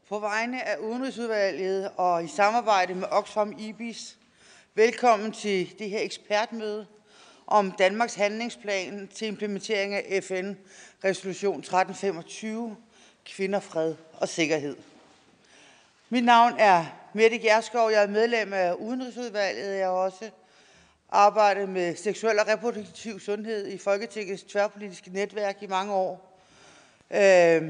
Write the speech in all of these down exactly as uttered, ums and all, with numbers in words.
På vegne af Udenrigsudvalget og i samarbejde med Oxfam IBIS, velkommen til det her ekspertmøde om Danmarks handlingsplan til implementering af F N-resolution tretten femogtyve, kvinder, fred og sikkerhed. Mit navn er Mette Gjerskov, jeg er medlem af Udenrigsudvalget. Jeg har også arbejdet med seksuel og reproduktiv sundhed i Folketingets tværpolitiske netværk i mange år. Øh,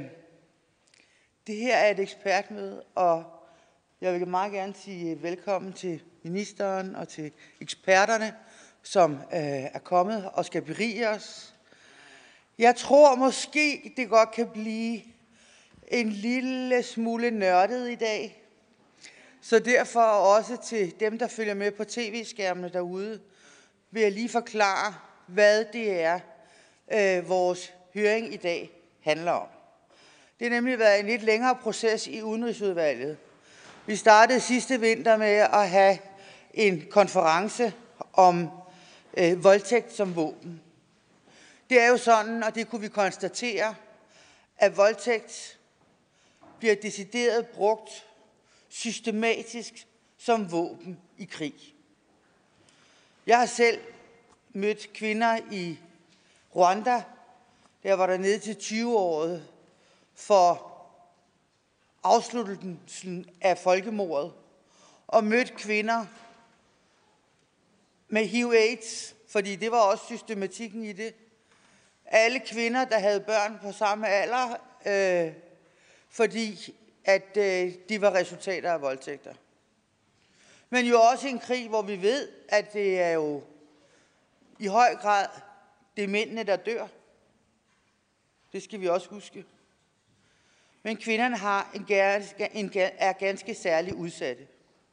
Det her er et ekspertmøde, og jeg vil meget gerne sige velkommen til ministeren og til eksperterne, som øh, er kommet og skal berige os. Jeg tror måske, det godt kan blive en lille smule nørdet i dag. Så derfor også til dem, der følger med på tv-skærmene derude, vil jeg lige forklare, hvad det er, øh, vores høring i dag handler om. Det har nemlig været en lidt længere proces i Udenrigsudvalget. Vi startede sidste vinter med at have en konference om øh, voldtægt som våben. Det er jo sådan, og det kunne vi konstatere, at voldtægt bliver decideret brugt systematisk som våben i krig. Jeg har selv mødt kvinder i Rwanda, der var der nede til tyve-året for afsluttelsen af folkemordet, og mødt kvinder med H I V AIDS, fordi det var også systematikken i det. Alle kvinder, der havde børn på samme alder, øh, fordi at øh, de var resultater af voldtægter. Men jo også en krig, hvor vi ved, at det er jo i høj grad det mændene, der dør. Det skal vi også huske. Men kvinderne har en, en, er ganske særlig udsatte.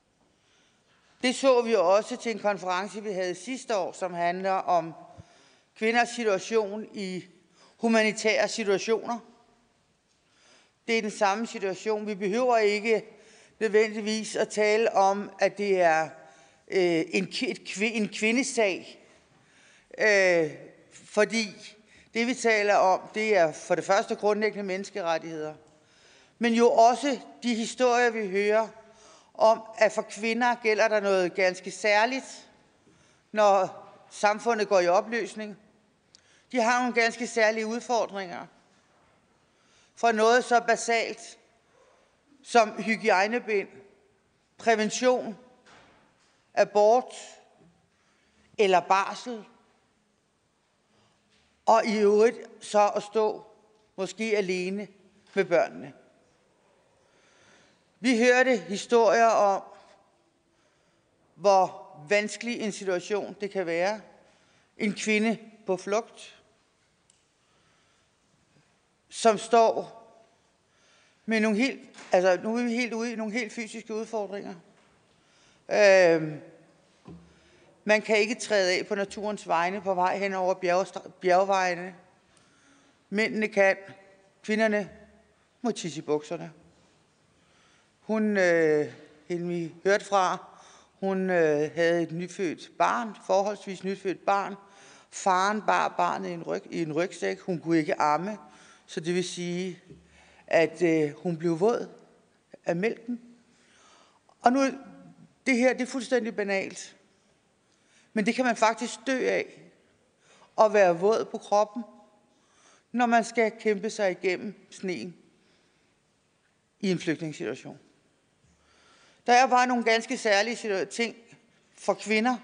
Det så vi også til en konference, vi havde sidste år, som handler om kvinders situation i humanitære situationer. Det er den samme situation. Vi behøver ikke nødvendigvis at tale om, at det er øh, en, et, en kvindesag, øh, fordi det vi taler om, det er for det første grundlæggende menneskerettigheder, men jo også de historier, vi hører om, at for kvinder gælder der noget ganske særligt, når samfundet går i opløsning. De har nogle ganske særlige udfordringer. For noget så basalt som hygiejnebind, prævention, abort eller barsel, og i øvrigt så at stå måske alene med børnene. Vi hørte historier om, hvor vanskelig en situation det kan være. En kvinde på flugt, som står med nogle helt, altså nu er vi helt ude i nogle helt fysiske udfordringer. Øhm, man kan ikke træde af på naturens vegne på vej hen over bjerg, bjergvejene. Mændene kan, kvinderne må tisse i bukserne. Hun, øh, hende vi hørte fra, hun øh, havde et nyfødt barn, forholdsvis nyfødt barn. Faren bar barnet i en, ryg, i en rygsæk. Hun kunne ikke amme, så det vil sige, at øh, hun blev våd af mælken. Og nu, det her, det er fuldstændig banalt. Men det kan man faktisk dø af, at være våd på kroppen, når man skal kæmpe sig igennem sneen i en flygtningssituation. Der er bare nogle ganske særlige ting for kvinder,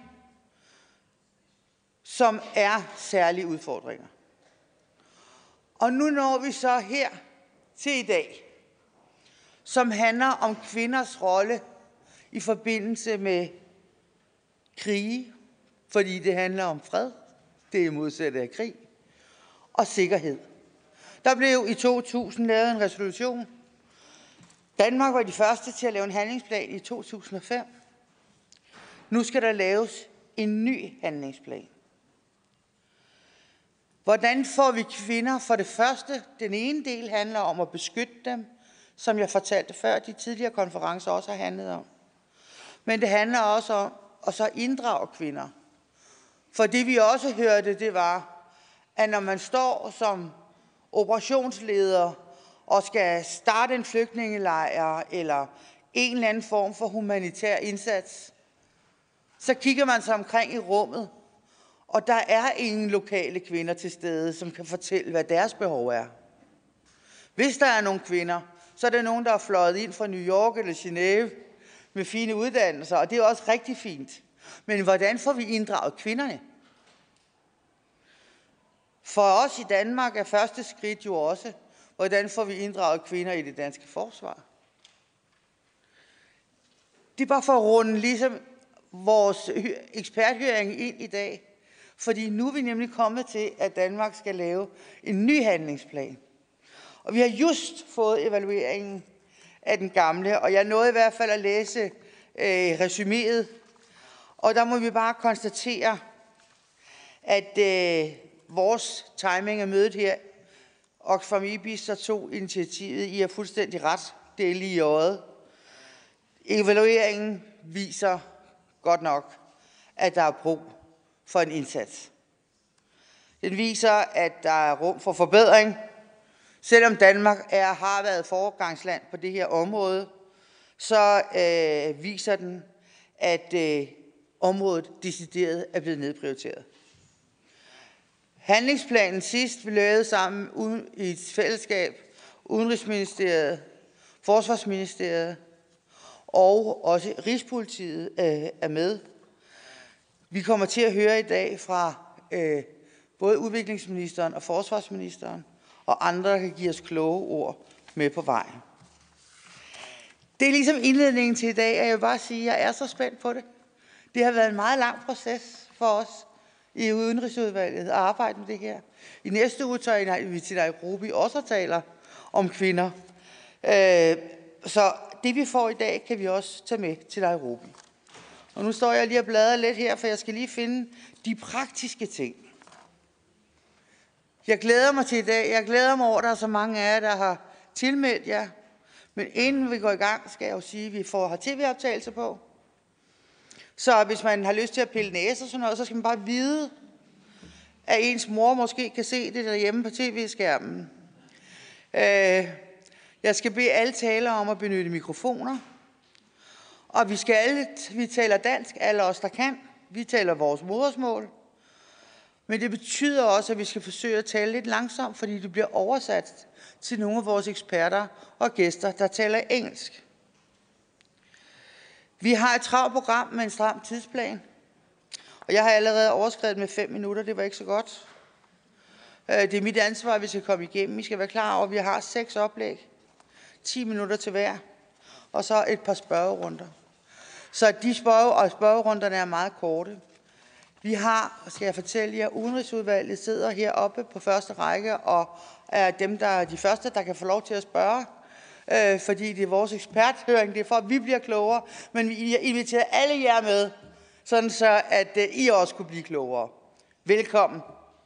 som er særlige udfordringer. Og nu når vi så her til i dag, som handler om kvinders rolle i forbindelse med krige, fordi det handler om fred, det er modsat af krig, og sikkerhed. Der blev i to tusind lavet en resolution. Danmark var de første til at lave en handlingsplan i to tusind og fem. Nu skal der laves en ny handlingsplan. Hvordan får vi kvinder? For det første, den ene del handler om at beskytte dem, som jeg fortalte før, de tidligere konferencer også har handlet om. Men det handler også om at så inddrage kvinder. For det vi også hørte, det var, at når man står som operationsleder og skal starte en flygtningelejr eller en eller anden form for humanitær indsats, så kigger man sig omkring i rummet, og der er ingen lokale kvinder til stede, som kan fortælle, hvad deres behov er. Hvis der er nogle kvinder, så er det nogen, der er fløjet ind fra New York eller Genève med fine uddannelser, og det er også rigtig fint. Men hvordan får vi inddraget kvinderne? For os i Danmark er første skridt jo også, hvordan får vi inddraget kvinder i det danske forsvar? Det er bare for at runde ligesom vores eksperthøring ind i dag, fordi nu er vi nemlig kommet til, at Danmark skal lave en ny handlingsplan. Og vi har just fået evalueringen af den gamle, og jeg nåede i hvert fald at læse øh, resuméet. Og der må vi bare konstatere, at øh, vores timing af mødet her, Oxfam IBIS, der tog initiativet, I er fuldstændig ret, det er lige i øjet. Evalueringen viser godt nok, at der er brug for en indsats. Den viser, at der er rum for forbedring. Selvom Danmark er, har været foregangsland på det her område, så øh, viser den, at øh, området decideret er blevet nedprioriteret. Handlingsplanen sidst vi lavede sammen i et fællesskab, Udenrigsministeriet, Forsvarsministeriet og også Rigspolitiet øh, er med. Vi kommer til at høre i dag fra øh, både udviklingsministeren og forsvarsministeren, og andre, der kan give os kloge ord med på vejen. Det er ligesom indledningen til i dag, og jeg vil bare sige, at jeg er så spændt på det. Det har været en meget lang proces for os i Udenrigsudvalget at arbejde med det her. I næste uge tager vi til Nairobi også og taler om kvinder. Så det vi får i dag, kan vi også tage med til Nairobi. Og nu står jeg lige og bladrer lidt her, for jeg skal lige finde de praktiske ting. Jeg glæder mig til i dag. Jeg glæder mig over, at der er så mange af jer, der har tilmeldt jer. Men inden vi går i gang, skal jeg jo sige, at vi får har tv-optagelser på. Så hvis man har lyst til at pille næse og sådan noget, så skal man bare vide, at ens mor måske kan se det derhjemme på tv-skærmen. Jeg skal bede alle talere om at benytte mikrofoner. Og vi skal alle, vi taler dansk, alle os der kan. Vi taler vores modersmål. Men det betyder også, at vi skal forsøge at tale lidt langsomt, fordi det bliver oversat til nogle af vores eksperter og gæster, der taler engelsk. Vi har et travlt program med en stram tidsplan, og jeg har allerede overskredet med fem minutter, det var ikke så godt. Det er mit ansvar, at vi skal komme igennem. I skal være klar over, at vi har seks oplæg, ti minutter til hver, og så et par spørgerunder. Så de spørge- og spørgerunderne er meget korte. Vi har, skal jeg fortælle jer, Udenrigsudvalget sidder heroppe på første række, og er dem, der er de første, der kan få lov til at spørge, øh, fordi det er vores eksperthøring, det er for, at vi bliver klogere, men vi inviterer alle jer med, sådan så at øh, I også kunne blive klogere. Velkommen.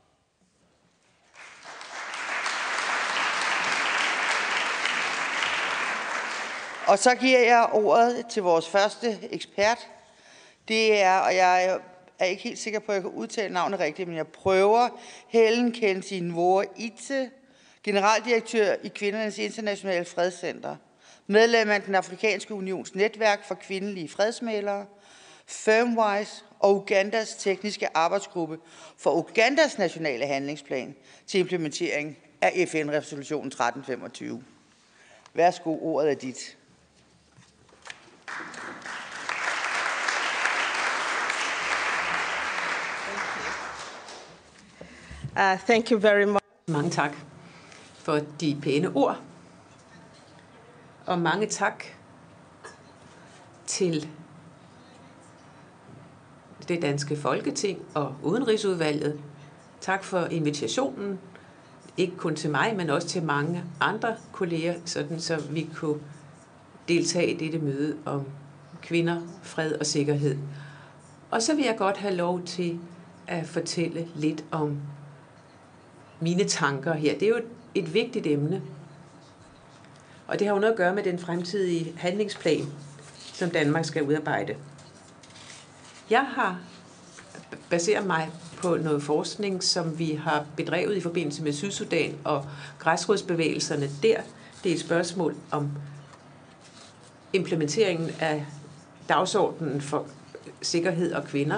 Og så giver jeg ordet til vores første ekspert. Det er, og jeg er ikke helt sikker på, at jeg kan udtale navnet rigtigt, men jeg prøver. Helen Kensi-Nwora-Itse, generaldirektør i Kvindernes Internationale Fredscenter, medlem af den Afrikanske Unions netværk for kvindelige fredsmælere, Firmwise og Ugandas tekniske arbejdsgruppe for Ugandas nationale handlingsplan til implementering af F N-resolutionen tretten femogtyve. Værsgo, ordet er dit. Uh, thank you very much. Mange tak for de pæne ord. Og mange tak til det danske Folketing og Udenrigsudvalget. Tak for invitationen. Ikke kun til mig, men også til mange andre kolleger, sådan så vi kunne deltage i dette møde om kvinder, fred og sikkerhed. Og så vil jeg godt have lov til at fortælle lidt om mine tanker her. Det er jo et, et vigtigt emne, og det har jo noget at gøre med den fremtidige handlingsplan, som Danmark skal udarbejde. Jeg har baseret mig på noget forskning, som vi har bedrevet i forbindelse med Sydsudan og græsrodsbevægelserne der Det er et spørgsmål om implementeringen af dagsordenen for sikkerhed og kvinder.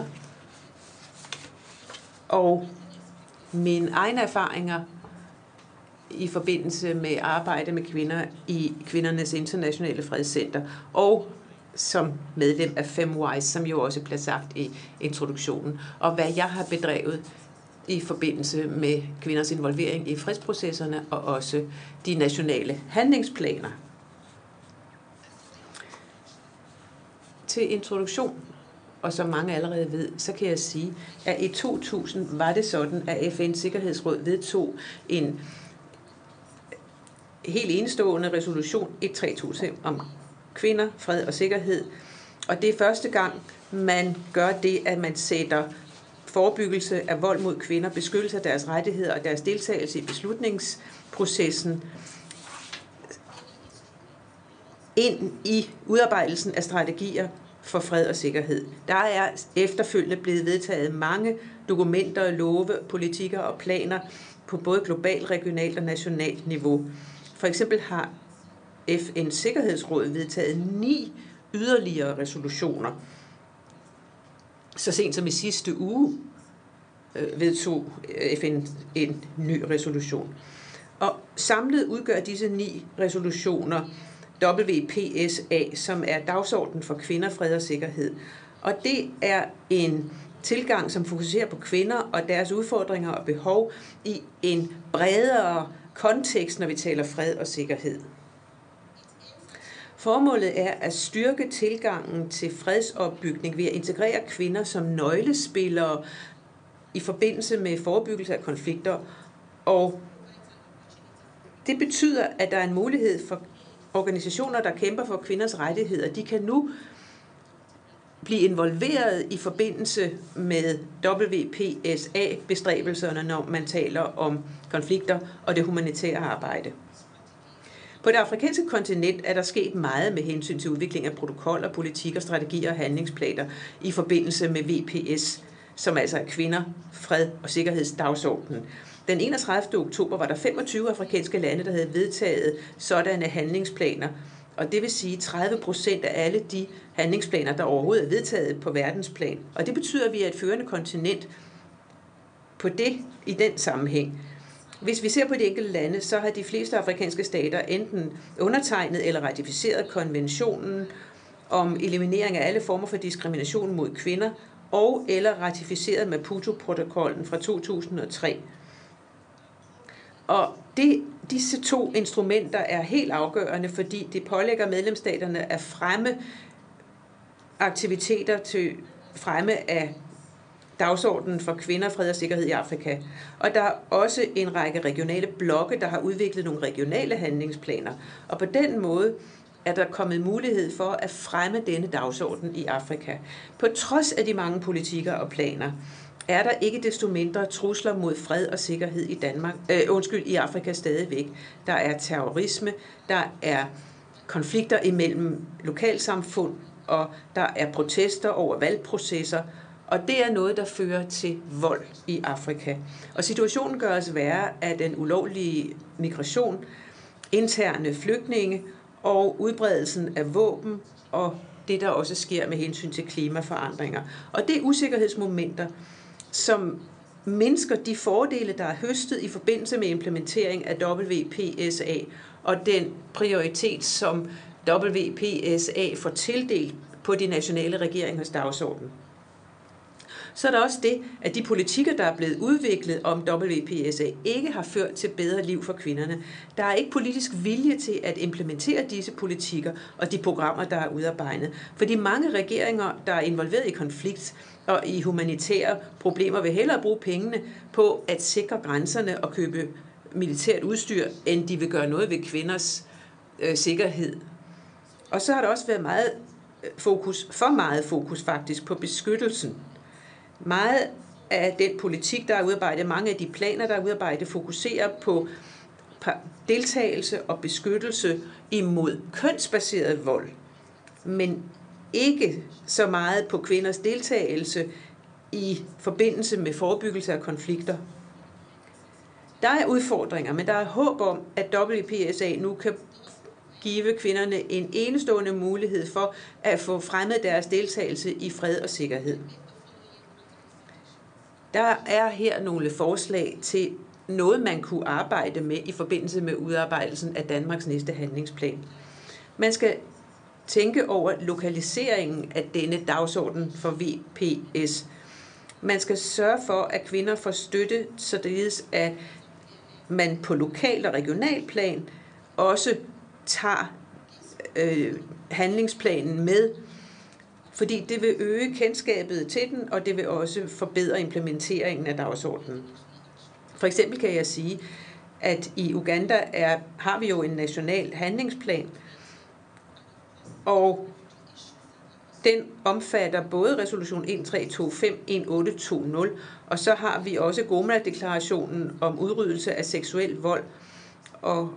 Og mine egne erfaringer i forbindelse med arbejde med kvinder i Kvindernes Internationale Fredscenter, og som medlem af FemWise, som jo også blev sagt i introduktionen, og hvad jeg har bedrevet i forbindelse med kvinders involvering i fredsprocesserne og også de nationale handlingsplaner. Til introduktion, og som mange allerede ved, så kan jeg sige, at i to tusind var det sådan, at F N's Sikkerhedsråd vedtog en helt enestående resolution et tre tusind om kvinder, fred og sikkerhed. Og det er første gang, man gør det, at man sætter forebyggelse af vold mod kvinder, beskyttelse af deres rettigheder og deres deltagelse i beslutningsprocessen ind i udarbejdelsen af strategier for fred og sikkerhed. Der er efterfølgende blevet vedtaget mange dokumenter, love, politikker og planer på både globalt, regionalt og nationalt niveau. For eksempel har F N's Sikkerhedsråd vedtaget ni yderligere resolutioner. Så sent som i sidste uge øh, vedtog F N en ny resolution. Og samlet udgør disse ni resolutioner W P S A, som er dagsordenen for kvinder, fred og sikkerhed. Og det er en tilgang, som fokuserer på kvinder og deres udfordringer og behov i en bredere kontekst, når vi taler fred og sikkerhed. Formålet er at styrke tilgangen til fredsopbygning ved at integrere kvinder som nøglespillere i forbindelse med forebyggelse af konflikter. Og det betyder, at der er en mulighed for organisationer, der kæmper for kvinders rettigheder. De kan nu blive involveret i forbindelse med W P S A-bestræbelserne, når man taler om konflikter og det humanitære arbejde. På det afrikanske kontinent er der sket meget med hensyn til udvikling af protokoller, politikker, strategier og handlingsplaner i forbindelse med V P S, som altså er kvinder, fred og sikkerhedsdagsordenen. Den enogtredivte oktober var der femogtyve afrikanske lande, der havde vedtaget sådanne handlingsplaner, og det vil sige tredive procent af alle de handlingsplaner, der overhovedet er vedtaget på verdensplan. Og det betyder, at vi er et førende kontinent på det i den sammenhæng. Hvis vi ser på de enkelte lande, så har de fleste afrikanske stater enten undertegnet eller ratificeret konventionen om eliminering af alle former for diskrimination mod kvinder, og eller ratificeret Maputo-protokollen fra to tusind og tre. Og det, disse to instrumenter er helt afgørende, fordi det pålægger medlemsstaterne at fremme aktiviteter til fremme af dagsordenen for kvinder, fred og sikkerhed i Afrika. Og der er også en række regionale blokke, der har udviklet nogle regionale handlingsplaner. Og på den måde er der kommet mulighed for at fremme denne dagsorden i Afrika. På trods af de mange politikker og planer, er der ikke desto mindre trusler mod fred og sikkerhed i Danmark, øh, undskyld, i Afrika stadigvæk. Der er terrorisme, der er konflikter imellem lokalsamfund, og der er protester over valgprocesser, og det er noget, der fører til vold i Afrika. Og situationen gør os værre af den ulovlige migration, interne flygtninge og udbredelsen af våben, og det, der også sker med hensyn til klimaforandringer. Og det er usikkerhedsmomenter, som mindsker de fordele, der er høstet i forbindelse med implementering af W P S A, og den prioritet, som W P S A får tildelt på de nationale regeringers dagsorden. Så er der også det, at de politikker, der er blevet udviklet om W P S A, ikke har ført til bedre liv for kvinderne. Der er ikke politisk vilje til at implementere disse politikker og de programmer, der er udarbejdet. Fordi mange regeringer, der er involveret i konflikt og i humanitære problemer, vil hellere bruge pengene på at sikre grænserne og købe militært udstyr, end de vil gøre noget ved kvinders øh, sikkerhed. Og så har der også været meget fokus, for meget fokus faktisk, på beskyttelsen. Meget af den politik, der er udarbejdet, mange af de planer, der er udarbejdet, fokuserer på deltagelse og beskyttelse imod kønsbaseret vold, men ikke så meget på kvinders deltagelse i forbindelse med forebyggelse af konflikter. Der er udfordringer, men der er håb om, at W P S A nu kan give kvinderne en enestående mulighed for at få fremmet deres deltagelse i fred og sikkerhed. Der er her nogle forslag til noget, man kunne arbejde med i forbindelse med udarbejdelsen af Danmarks næste handlingsplan. Man skal tænke over lokaliseringen af denne dagsorden for W P S. Man skal sørge for, at kvinder får støtte, således at man på lokal og regional plan også tager øh, handlingsplanen med, fordi det vil øge kendskabet til den, og det vil også forbedre implementeringen af dagsordenen. For eksempel kan jeg sige, at i Uganda er, har vi jo en national handlingsplan, og den omfatter både resolution et tre to fem, et otte to nul, og så har vi også Goma-deklarationen om udryddelse af seksuel vold. Og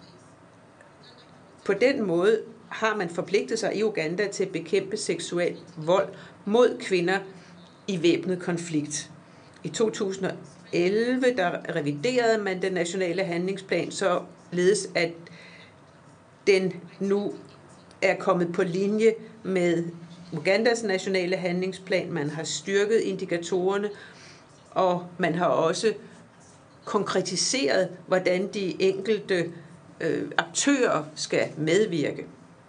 på den måde har man forpligtet sig i Uganda til at bekæmpe seksuel vold mod kvinder i væbnet konflikt. I to tusind og elleve der reviderede man den nationale handlingsplan, således at den nu er kommet på linje med Ugandas nationale handlingsplan. Man har styrket indikatorerne, og man har også konkretiseret, hvordan de enkelte øh, aktører skal medvirke.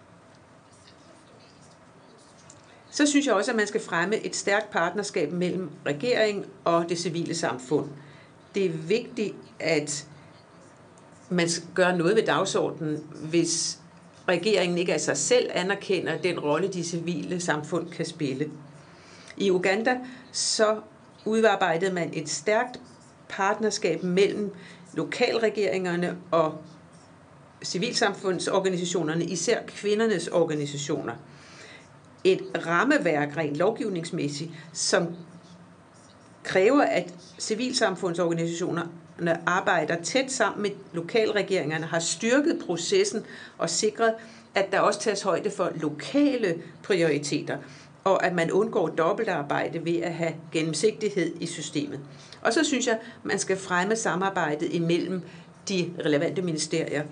Så synes jeg også, at man skal fremme et stærkt partnerskab mellem regering og det civile samfund. Det er vigtigt, at man gør noget ved dagsordenen, hvis regeringen ikke af sig selv anerkender den rolle, de civile samfund kan spille. I Uganda så udarbejdede man et stærkt partnerskab mellem lokalregeringerne og civilsamfundsorganisationerne, især kvindernes organisationer. Et rammeværk rent lovgivningsmæssigt, som kræver, at civilsamfundsorganisationerne arbejder tæt sammen med lokalregeringerne, har styrket processen og sikret, at der også tages højde for lokale prioriteter, og at man undgår dobbeltarbejde ved at have gennemsigtighed i systemet. Og så synes jeg, man skal fremme samarbejdet imellem de relevante ministerier.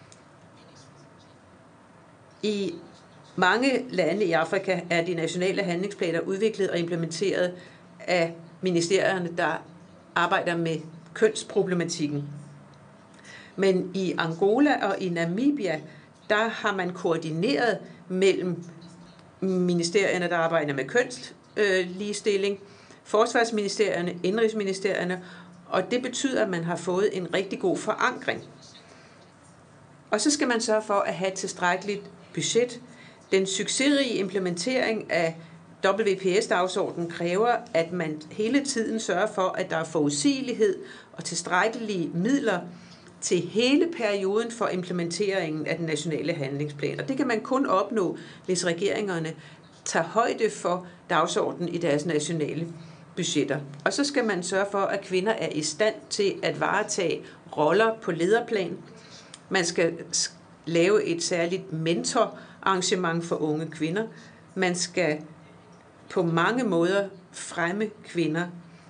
I mange lande i Afrika er de nationale handlingsplaner udviklet og implementeret af ministerierne, der arbejder med kønsproblematikken. Men i Angola og i Namibia, der har man koordineret mellem ministerierne, der arbejder med kønsligestilling, forsvarsministerierne, indrigsministerierne, og det betyder, at man har fået en rigtig god forankring. Og så skal man sørge for at have et tilstrækkeligt budget. Den succesrige implementering af W P S-dagsordenen kræver, at man hele tiden sørger for, at der er forudsigelighed og tilstrækkelige midler til hele perioden for implementeringen af den nationale handlingsplan. Og det kan man kun opnå, hvis regeringerne tager højde for dagsordenen i deres nationale budgetter. Og så skal man sørge for, at kvinder er i stand til at varetage roller på lederplan. Man skal lave et særligt mentorarrangement for unge kvinder. Man skal på mange måder fremme kvinder.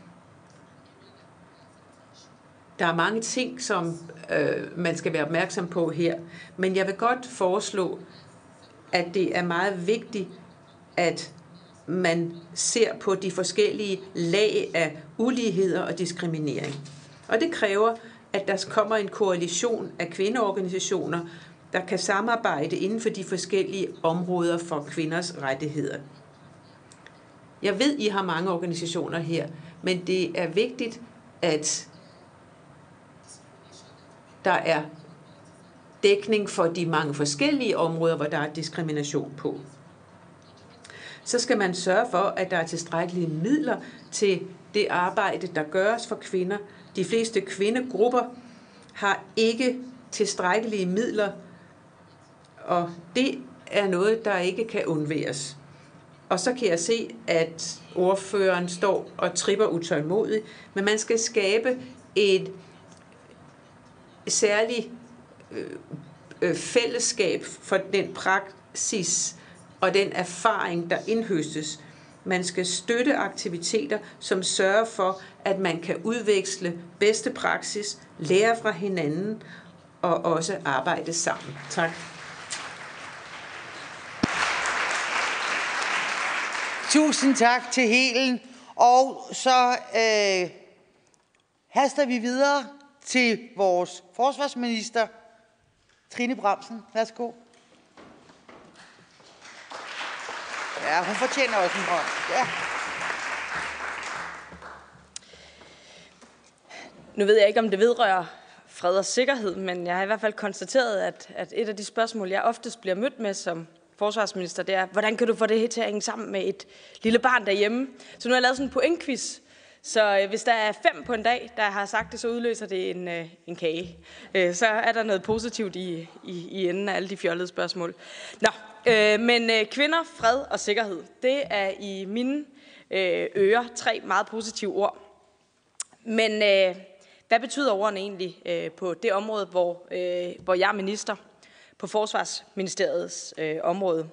Der er mange ting, som øh, man skal være opmærksom på her, men jeg vil godt foreslå, at det er meget vigtigt, at man ser på de forskellige lag af uligheder og diskriminering. Og det kræver, at der kommer en koalition af kvindeorganisationer, der kan samarbejde inden for de forskellige områder for kvinders rettigheder. Jeg ved, I har mange organisationer her, men det er vigtigt, at der er dækning for de mange forskellige områder, hvor der er diskrimination på. Så skal man sørge for, at der er tilstrækkelige midler til det arbejde, der gøres for kvinder. De fleste kvindegrupper har ikke tilstrækkelige midler, og det er noget, der ikke kan undværes. Og så kan jeg se, at ordføreren står og tripper utålmodigt, men man skal skabe et særligt øh, fællesskab for den praksis og den erfaring, der indhøstes Man skal støtte aktiviteter, som sørger for, at man kan udveksle bedste praksis, lære fra hinanden og også arbejde sammen. Tak. Tusind tak til Helen. Og så øh, haster vi videre til vores forsvarsminister, Trine Bramsen. Værsgo. Ja, hun fortjener også en hånd. Ja. Nu ved jeg ikke, om det vedrører fred og sikkerhed, men jeg har i hvert fald konstateret, at, at et af de spørgsmål, jeg oftest bliver mødt med som forsvarsminister, det er, hvordan kan du få det her til at hænge sammen med et lille barn derhjemme? Så nu har jeg lavet sådan en pointquiz. Så øh, hvis der er fem på en dag, der har sagt det, så udløser det en, øh, en kage. Øh, så er der noget positivt i, i, i enden af alle de fjollede spørgsmål. Nå, øh, men øh, kvinder, fred og sikkerhed, det er i mine øh, ører tre meget positive ord. Men øh, hvad betyder ordene egentlig øh, på det område, hvor, øh, hvor jeg er minister, på Forsvarsministeriets øh, område?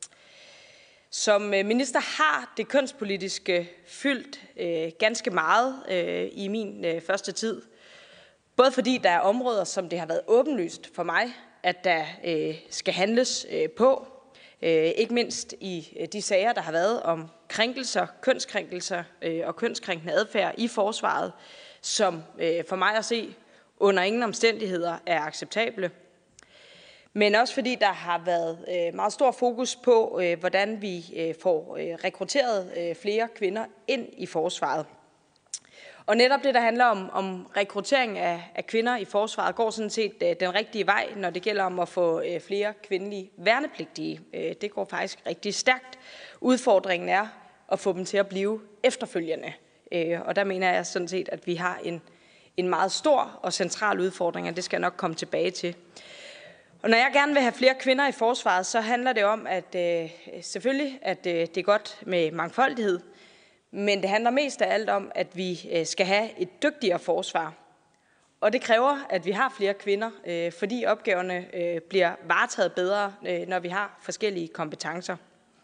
Som minister har det kønspolitiske fyldt øh, ganske meget øh, i min øh, første tid. Både fordi der er områder, som det har været åbenlyst for mig, at der øh, skal handles øh, på. Øh, ikke mindst i øh, de sager, der har været om krænkelser, kønskrænkelser øh, og kønskrænkende adfærd i forsvaret, som øh, for mig at se under ingen omstændigheder er acceptable. Men også fordi der har været øh, meget stor fokus på, øh, hvordan vi øh, får øh, rekrutteret øh, flere kvinder ind i forsvaret. Og netop det, der handler om, om rekruttering af, af kvinder i forsvaret, går sådan set øh, den rigtige vej, når det gælder om at få øh, flere kvindelige værnepligtige. Øh, det går faktisk rigtig stærkt. Udfordringen er at få dem til at blive efterfølgende. Øh, og der mener jeg sådan set, at vi har en, en meget stor og central udfordring, og det skal jeg nok komme tilbage til. Og når jeg gerne vil have flere kvinder i forsvaret, så handler det om, at øh, selvfølgelig, at øh, det er godt med mangfoldighed, men det handler mest af alt om, at vi øh, skal have et dygtigere forsvar. Og det kræver, at vi har flere kvinder, øh, fordi opgaverne øh, bliver varetaget bedre, øh, når vi har forskellige kompetencer.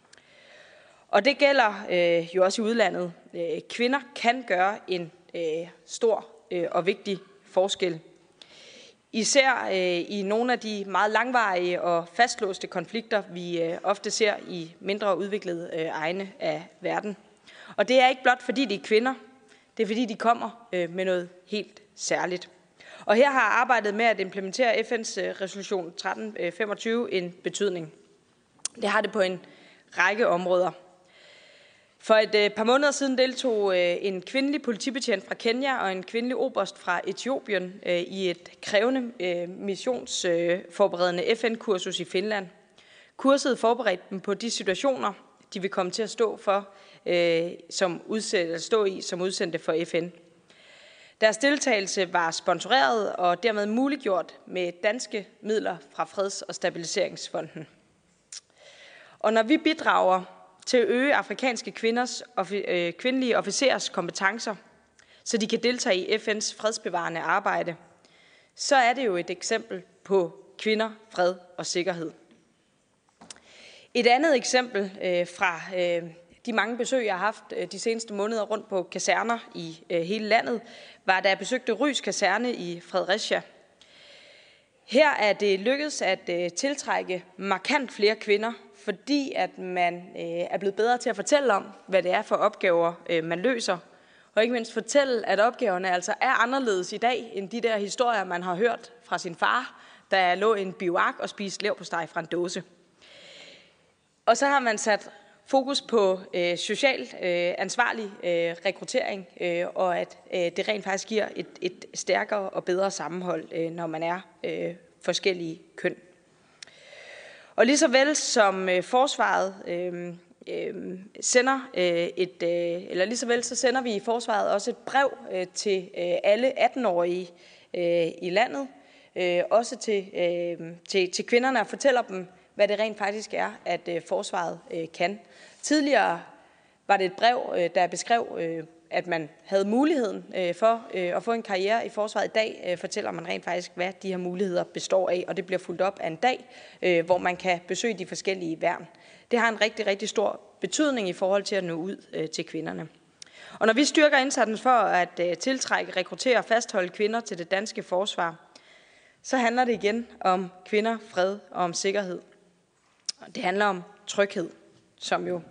Og det gælder øh, jo også i udlandet. Øh, kvinder kan gøre en øh, stor øh, og vigtig forskel. Især øh, i nogle af de meget langvarige og fastlåste konflikter, vi øh, ofte ser i mindre udviklede øh, egne af verden. Og det er ikke blot fordi de er kvinder, det er fordi de kommer øh, med noget helt særligt. Og her har arbejdet med at implementere F N's øh, resolution tretten femogtyve en betydning. Det har det på en række områder. For et øh, par måneder siden deltog øh, en kvindelig politibetjent fra Kenya og en kvindelig oberst fra Etiopien øh, i et krævende øh, missionsforberedende øh, F N-kursus i Finland. Kurset forberedte dem på de situationer, de vil komme til at stå, for, øh, som udsendte, stå i som udsendte for F N. Deres deltagelse var sponsoreret og dermed muliggjort med danske midler fra Freds- og Stabiliseringsfonden. Og når vi bidrager til at øge afrikanske kvinders, øh, kvindelige officerers kompetencer, så de kan deltage i F N's fredsbevarende arbejde, så er det jo et eksempel på kvinder, fred og sikkerhed. Et andet eksempel øh, fra øh, de mange besøg, jeg har haft øh, de seneste måneder rundt på kaserner i øh, hele landet, var, da jeg besøgte Rys kaserne i Fredericia. Her er det lykkedes at øh, tiltrække markant flere kvinder, fordi at man øh, er blevet bedre til at fortælle om, hvad det er for opgaver, øh, man løser. Og ikke mindst fortælle, at opgaverne altså er anderledes i dag, end de der historier, man har hørt fra sin far, der lå i en bivuak og spiste leverpostej fra en dåse. Og så har man sat fokus på øh, socialt øh, ansvarlig øh, rekruttering, øh, og at øh, det rent faktisk giver et, et stærkere og bedre sammenhold, øh, når man er øh, forskellige køn. Og lige så vel som øh, forsvaret øh, øh, sender øh, et, øh, eller lige så vel så sender vi i forsvaret også et brev øh, til øh, alle atten-årige øh, i landet, øh, også til, øh, til, til kvinderne, og fortæller dem, hvad det rent faktisk er, at øh, forsvaret øh, kan. Tidligere var det et brev, øh, der beskrev øh, at man havde muligheden øh, for øh, at få en karriere i forsvaret. I dag øh, fortæller man rent faktisk, hvad de her muligheder består af, og det bliver fulgt op af en dag, øh, hvor man kan besøge de forskellige værn. Det har en rigtig, rigtig stor betydning i forhold til at nå ud øh, til kvinderne. Og når vi styrker indsatsen for at øh, tiltrække, rekruttere og fastholde kvinder til det danske forsvar, så handler det igen om kvinder, fred og om sikkerhed. Det handler om tryghed, som jo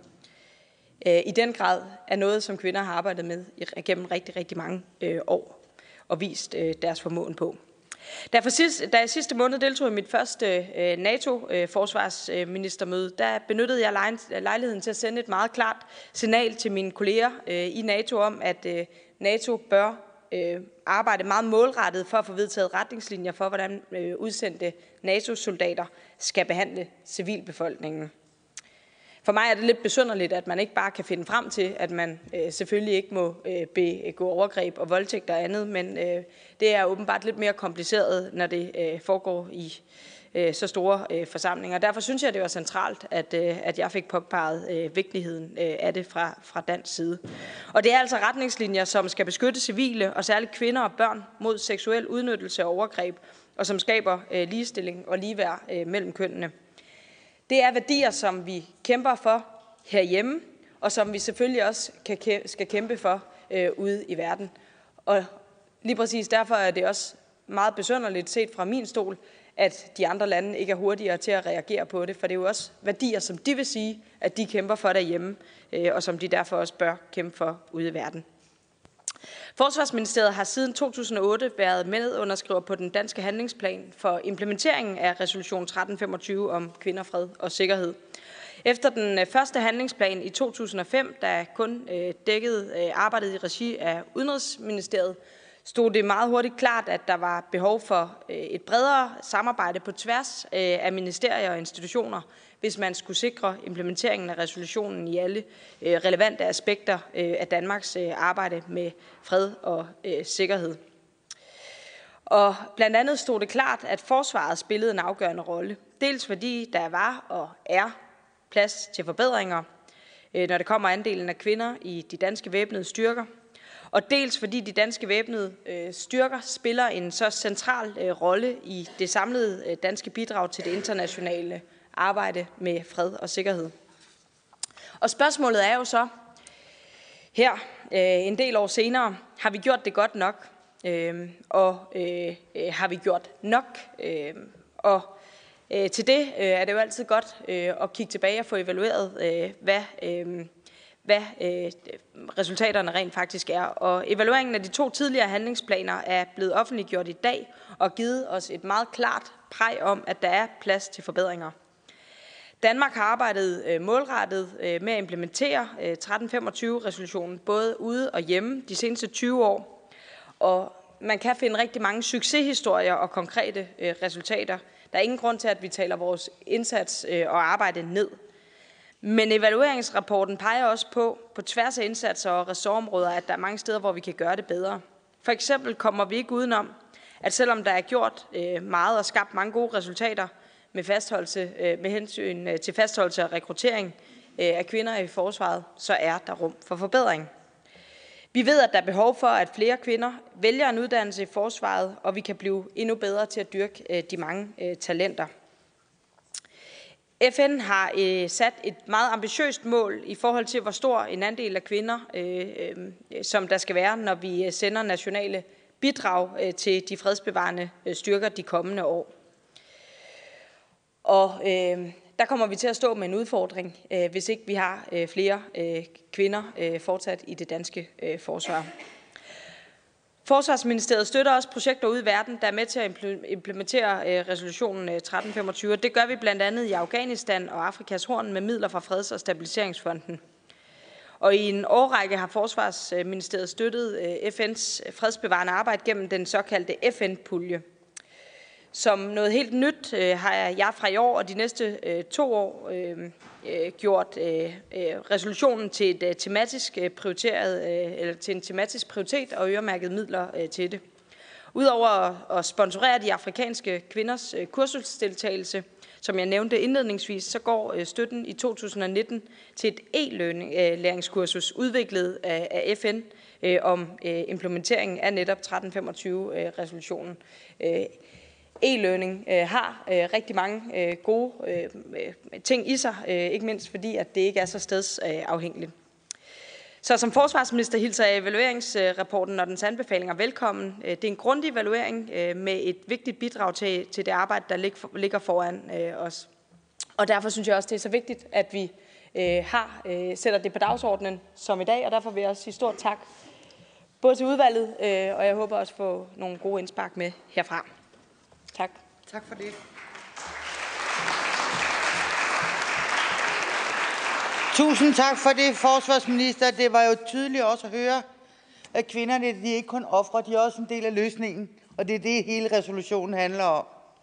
øh, i den grad er noget, som kvinder har arbejdet med igennem rigtig, rigtig mange øh, år og vist øh, deres formåen på. Da, for sidst, da jeg sidste måned deltog i mit første øh, NATO-forsvarsministermøde, der benyttede jeg lej, lejligheden til at sende et meget klart signal til mine kolleger øh, i NATO om, at øh, NATO bør øh, arbejde meget målrettet for at få vedtaget retningslinjer for, hvordan øh, udsendte NATO-soldater skal behandle civilbefolkningen. For mig er det lidt besynderligt, at man ikke bare kan finde frem til, at man øh, selvfølgelig ikke må øh, begå overgreb og voldtægt og andet, men øh, det er åbenbart lidt mere kompliceret, når det øh, foregår i øh, så store øh, forsamlinger. Derfor synes jeg, det var centralt, at, øh, at jeg fik påpeget øh, vigtigheden øh, af det fra, fra dansk side. Og det er altså retningslinjer, som skal beskytte civile og særligt kvinder og børn mod seksuel udnyttelse og overgreb, og som skaber øh, ligestilling og ligeværd øh, mellem kønnene. Det er værdier, som vi kæmper for herhjemme, og som vi selvfølgelig også kan, skal kæmpe for øh, ude i verden. Og lige præcis derfor er det også meget besynderligt set fra min stol, at de andre lande ikke er hurtigere til at reagere på det, for det er jo også værdier, som de vil sige, at de kæmper for derhjemme, øh, og som de derfor også bør kæmpe for ude i verden. Forsvarsministeriet har siden to tusind og otte været medunderskriver på den danske handlingsplan for implementeringen af resolution tretten femogtyve om kvinder, fred og sikkerhed. Efter den første handlingsplan i to tusind og fem, der kun dækkede arbejdet i regi af Udenrigsministeriet, stod det meget hurtigt klart, at der var behov for et bredere samarbejde på tværs af ministerier og institutioner, hvis man skulle sikre implementeringen af resolutionen i alle relevante aspekter af Danmarks arbejde med fred og sikkerhed. Og blandt andet stod det klart, at forsvaret spillede en afgørende rolle. Dels fordi der var og er plads til forbedringer, når det kommer andelen af kvinder i de danske væbnede styrker. Og dels fordi de danske væbnede øh, styrker spiller en så central øh, rolle i det samlede øh, danske bidrag til det internationale arbejde med fred og sikkerhed. Og spørgsmålet er jo så, her øh, en del år senere, har vi gjort det godt nok? Øh, og øh, har vi gjort nok? Øh, og øh, til det øh, er det jo altid godt øh, at kigge tilbage og få evalueret, øh, hvad... Øh, hvad øh, resultaterne rent faktisk er. Og evalueringen af de to tidligere handlingsplaner er blevet offentliggjort i dag og givet os et meget klart præg om, at der er plads til forbedringer. Danmark har arbejdet øh, målrettet øh, med at implementere øh, tretten femogtyve-resolutionen både ude og hjemme de seneste tyve år. Og man kan finde rigtig mange succeshistorier og konkrete øh, resultater. Der er ingen grund til, at vi taler vores indsats øh, og arbejde ned. Men evalueringsrapporten peger også på, på tværs af indsatser og ressortområder, at der er mange steder, hvor vi kan gøre det bedre. For eksempel kommer vi ikke udenom, at selvom der er gjort øh, meget og skabt mange gode resultater med, fastholdelse, øh, med hensyn øh, til fastholdelse og rekruttering øh, af kvinder i forsvaret, så er der rum for forbedring. Vi ved, at der er behov for, at flere kvinder vælger en uddannelse i forsvaret, og vi kan blive endnu bedre til at dyrke øh, de mange øh, talenter. F N har øh, sat et meget ambitiøst mål i forhold til, hvor stor en andel af kvinder, øh, øh, som der skal være, når vi sender nationale bidrag øh, til de fredsbevarende øh, styrker de kommende år. Og øh, der kommer vi til at stå med en udfordring, øh, hvis ikke vi har øh, flere øh, kvinder øh, fortsat i det danske øh, forsvar. Forsvarsministeriet støtter også projekter ude i verden, der er med til at implementere resolutionen tretten femogtyve. Det gør vi blandt andet i Afghanistan og Afrikas Horn med midler fra Freds- og Stabiliseringsfonden. Og i en årrække har Forsvarsministeriet støttet F N's fredsbevarende arbejde gennem den såkaldte F N-pulje. Som noget helt nyt har jeg fra i år og de næste to år gjort resolutionen til et tematisk prioriteret eller til en tematisk prioritet og øremærket midler til det. Udover at sponsorere de afrikanske kvinders kursusdeltagelse, Som jeg nævnte indledningsvis, så går støtten i to tusind og nitten til et e-læringskursus udviklet af F N om implementeringen af netop tretten femogtyve-resolutionen. E-learning øh, har øh, rigtig mange øh, gode øh, ting i sig, øh, ikke mindst fordi, at det ikke er så stedsafhængigt. Så som forsvarsminister hilser jeg evalueringsrapporten og dens anbefalinger velkommen. Det er en grundig evaluering øh, med et vigtigt bidrag til, til det arbejde, der lig, ligger foran øh, os. Og derfor synes jeg også, det er så vigtigt, at vi øh, har, øh, sætter det på dagsordenen som i dag, og derfor vil jeg også sige stort tak både til udvalget, øh, og jeg håber også få nogle gode indspark med herfra. Tak. Tak for det. Tusind tak for det, forsvarsminister. Det var jo tydeligt også at høre, at kvinderne de er ikke kun ofre, de er også en del af løsningen. Og det er det, hele resolutionen handler om.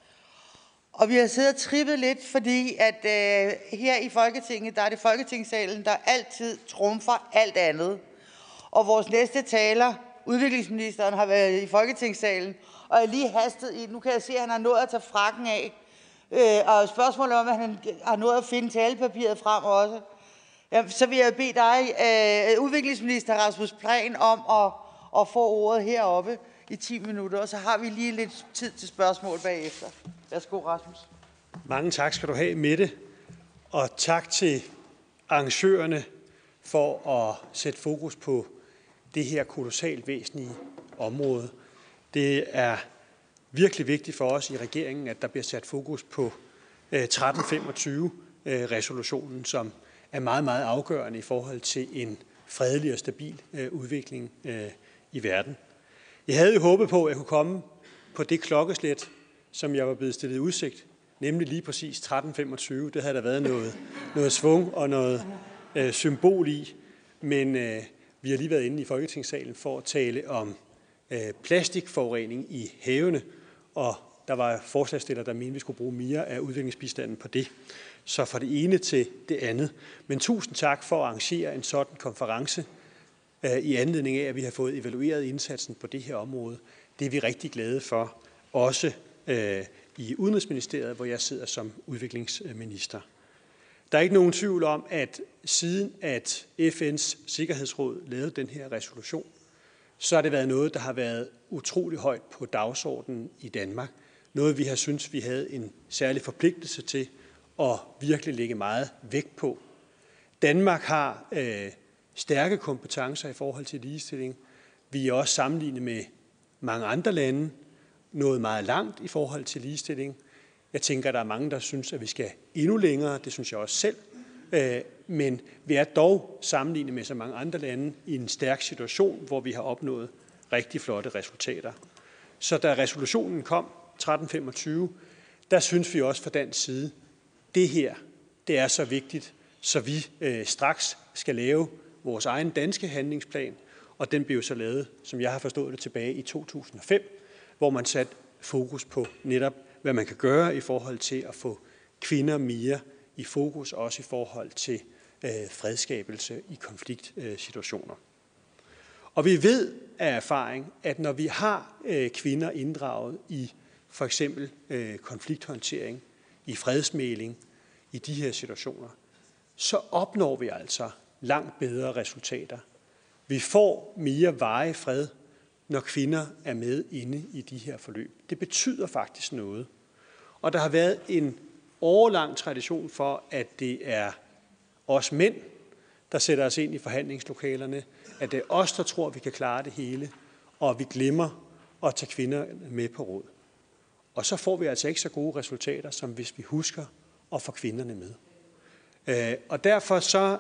Og vi har siddet og trippet lidt, fordi at øh, her i Folketinget, der er det Folketingssalen, der altid trumfer alt andet. Og vores næste taler, udviklingsministeren, har været i Folketingssalen, og jeg lige hastet i. Nu kan jeg se, at han har nået at tage frakken af. Øh, og spørgsmålet om, at han har nået at finde talepapiret frem også. Ja, så vil jeg bede dig, øh, udviklingsminister Rasmus Prehn, om at, at få ordet heroppe i ti minutter. Og så har vi lige lidt tid til spørgsmål bagefter. Værsgo, Rasmus. Mange tak skal du have, Mette. Og tak til arrangørerne for at sætte fokus på det her kolossalt væsentlige område. Det er virkelig vigtigt for os i regeringen, at der bliver sat fokus på tretten femogtyve-resolutionen, som er meget, meget afgørende i forhold til en fredelig og stabil udvikling i verden. Jeg havde jo håbet på, at jeg kunne komme på det klokkeslæt, som jeg var blevet stillet i udsigt, nemlig lige præcis tretten femogtyve. Det havde der været noget, noget svung og noget øh, symbol i, men øh, vi har lige været inde i Folketingssalen for at tale om øh, plastikforurening i havene, og der var forslagsstillere, der mente, at vi skulle bruge mere af udviklingsbistanden på det. Så fra det ene til det andet. Men tusind tak for at arrangere en sådan konference øh, i anledning af, at vi har fået evalueret indsatsen på det her område. Det er vi rigtig glade for, også øh, i Udenrigsministeriet, hvor jeg sidder som udviklingsminister. Der er ikke nogen tvivl om, at siden at F N's Sikkerhedsråd lavede den her resolution, så har det været noget, der har været utrolig højt på dagsordenen i Danmark. Noget, vi har syntes, vi havde en særlig forpligtelse til at virkelig lægge meget vægt på. Danmark har øh, stærke kompetencer i forhold til ligestilling. Vi er også sammenlignet med mange andre lande nået meget langt i forhold til ligestilling. Jeg tænker, at der er mange, der synes, at vi skal endnu længere. Det synes jeg også selv. Men vi er dog sammenlignet med så mange andre lande i en stærk situation, hvor vi har opnået rigtig flotte resultater. Så da resolutionen kom, tretten femogtyve, der synes vi også fra dansk side, det her, det er så vigtigt, så vi øh, straks skal lave vores egen danske handlingsplan, og den blev så lavet, som jeg har forstået det, tilbage i to tusind og fem, hvor man satte fokus på netop, hvad man kan gøre i forhold til at få kvinder mere i fokus, også i forhold til øh, fredskabelse i konfliktsituationer. Og vi ved af erfaring, at når vi har øh, kvinder inddraget i for eksempel øh, konflikthåndtering, i fredsmægling, i de her situationer, så opnår vi altså langt bedre resultater. Vi får mere varig fred, når kvinder er med inde i de her forløb. Det betyder faktisk noget. Og der har været en årelang tradition for, at det er os mænd, der sætter os ind i forhandlingslokalerne, at det er os, der tror, at vi kan klare det hele, og vi glemmer at tage kvinder med på råd. Og så får vi altså ikke så gode resultater, som hvis vi husker at få kvinderne med. Og derfor så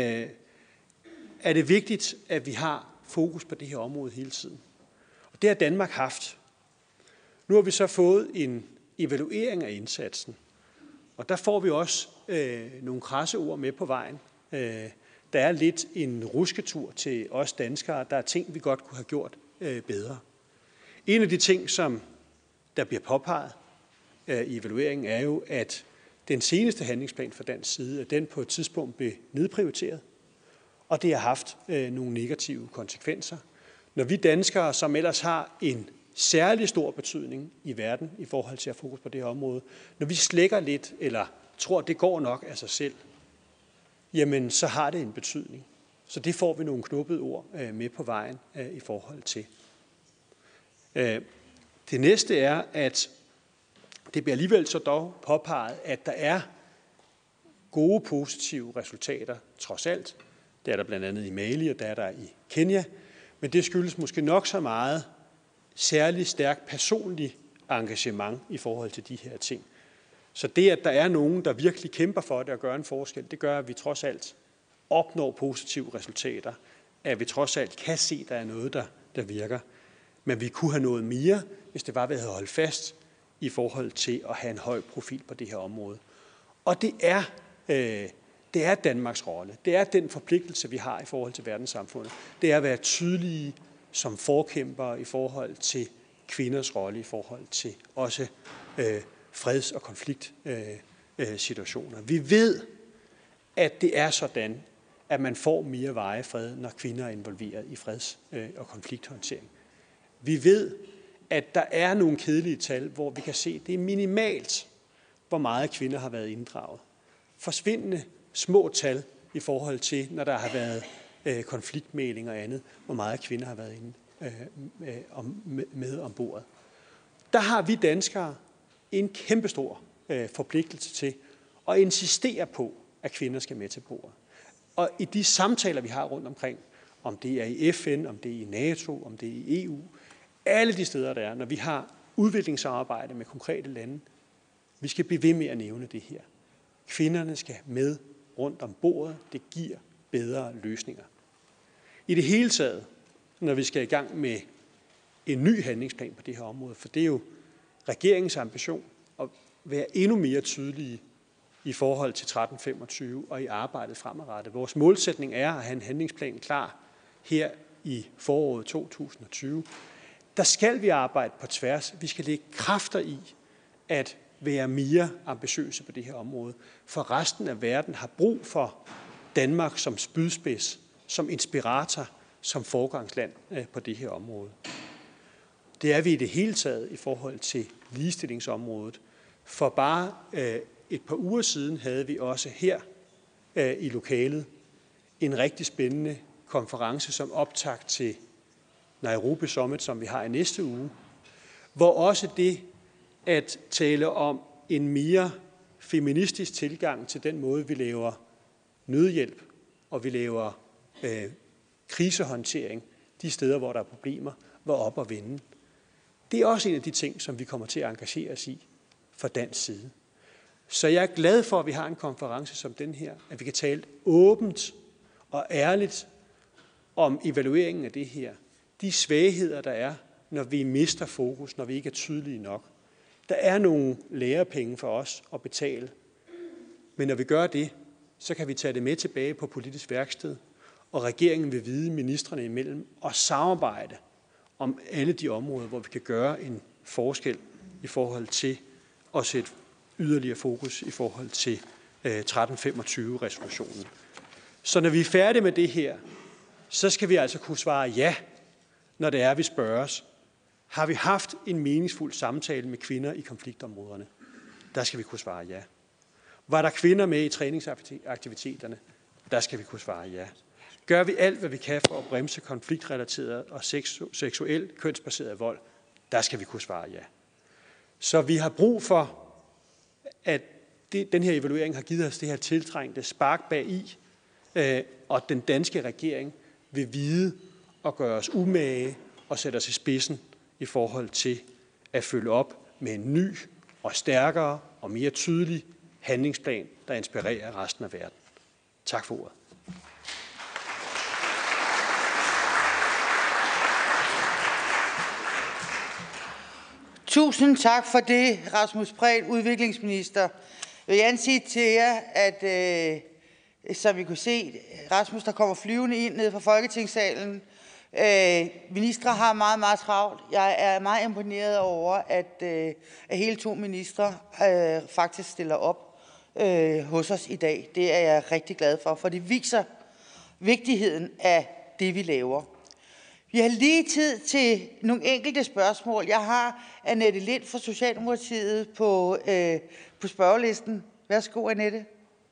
er det vigtigt, at vi har fokus på det her område hele tiden. Og det har Danmark haft. Nu har vi så fået en evaluering af indsatsen, og der får vi også øh, nogle krasse ord med på vejen. Øh, der er lidt en rusketur til os danskere. Der er ting, vi godt kunne have gjort øh, bedre. En af de ting, som der bliver påpeget øh, i evalueringen, er jo, at den seneste handlingsplan fra dansk side, at den på et tidspunkt blev nedprioriteret, og det har haft øh, nogle negative konsekvenser. Når vi danskere, som ellers har en særlig stor betydning i verden i forhold til at fokus på det her område. Når vi slækker lidt, eller tror, det går nok af sig selv, jamen så har det en betydning. Så det får vi nogle knubbede ord med på vejen i forhold til. Det næste er, at det bliver alligevel så dog påpeget, at der er gode, positive resultater, trods alt. Det er der blandt andet i Mali, og der er der i Kenya. Men det skyldes måske nok så meget særlig stærkt personligt engagement i forhold til de her ting. Så det, at der er nogen, der virkelig kæmper for det og gør en forskel, det gør, at vi trods alt opnår positive resultater. At vi trods alt kan se, at der er noget, der, der virker. Men vi kunne have nået mere, hvis det var, at vi havde holdt fast i forhold til at have en høj profil på det her område. Og det er, øh, det er Danmarks rolle. Det er den forpligtelse, vi har i forhold til verdenssamfundet. Det er at være tydelige som forkæmper i forhold til kvinders rolle, i forhold til også øh, freds- og konfliktsituationer. Øh, vi ved, at det er sådan, at man får mere varig fred, når kvinder er involveret i freds- øh, og konflikthåndtering. Vi ved, at der er nogle kedelige tal, hvor vi kan se, at det er minimalt, hvor meget kvinder har været inddraget. Forsvindende små tal i forhold til, når der har været øh, konfliktmæling og andet, hvor meget kvinder har været inde, øh, med, med ombord. Der har vi danskere en kæmpestor øh, forpligtelse til at insistere på, at kvinder skal med til bordet. Og i de samtaler, vi har rundt omkring, om det er i F N, om det er i NATO, om det er i E U, alle de steder, der er, når vi har udviklingssamarbejde med konkrete lande, vi skal blive ved med at nævne det her. Kvinderne skal med rundt om bordet. Det giver bedre løsninger. I det hele taget, når vi skal i gang med en ny handlingsplan på det her område, for det er jo regeringens ambition at være endnu mere tydelige i forhold til tretten femogtyve og i arbejdet fremadrettet. Vores målsætning er at have en handlingsplan klar her i foråret to tusind og tyve. Der skal vi arbejde på tværs. Vi skal lægge kræfter i at være mere ambitiøse på det her område. For resten af verden har brug for Danmark som spydspids, som inspirator, som foregangsland på det her område. Det er vi i det hele taget i forhold til ligestillingsområdet. For bare et par uger siden havde vi også her i lokalet en rigtig spændende konference som optakt til Nairobi Summit, som vi har i næste uge, hvor også det at tale om en mere feministisk tilgang til den måde, vi laver nødhjælp, og vi laver øh, krisehåndtering de steder, hvor der er problemer, var op og vende. Det er også en af de ting, som vi kommer til at engagere os i fra dansk side. Så jeg er glad for, at vi har en konference som den her, at vi kan tale åbent og ærligt om evalueringen af det her. De svagheder, der er, når vi mister fokus, når vi ikke er tydelige nok. Der er nogle lærepenge for os at betale, men når vi gør det, så kan vi tage det med tilbage på politisk værksted, og regeringen vil vide ministrene imellem og samarbejde om alle de områder, hvor vi kan gøre en forskel i forhold til at sætte yderligere fokus i forhold til øh, tretten femogtyve-resolutionen. Så når vi er færdige med det her, så skal vi altså kunne svare ja, når det er, vi spørges. Har vi haft en meningsfuld samtale med kvinder i konfliktområderne? Der skal vi kunne svare ja. Var der kvinder med i træningsaktiviteterne? Der skal vi kunne svare ja. Gør vi alt, hvad vi kan for at bremse konfliktrelateret og seksuel kønsbaseret vold? Der skal vi kunne svare ja. Så vi har brug for, at det, den her evaluering har givet os det her tiltrængte spark bag i, øh, og den danske regering vil vide og gøre os umage og sætte os i spidsen i forhold til at følge op med en ny og stærkere og mere tydelig handlingsplan, der inspirerer resten af verden. Tak for ordet. Tusind tak for det, Rasmus Prehn, udviklingsminister. Jeg vil gerne sige til jer, at øh, som vi kunne se, Rasmus, der kommer flyvende ind ned fra Folketingssalen. Øh, ministre har meget, meget travlt. Jeg er meget imponeret over, at, øh, at hele to ministre øh, faktisk stiller op øh, hos os i dag. Det er jeg rigtig glad for, for det viser vigtigheden af det, vi laver. Vi har lige tid til nogle enkelte spørgsmål. Jeg har Annette Lind fra Socialdemokratiet på, øh, på spørgelisten. Værsgo, Annette.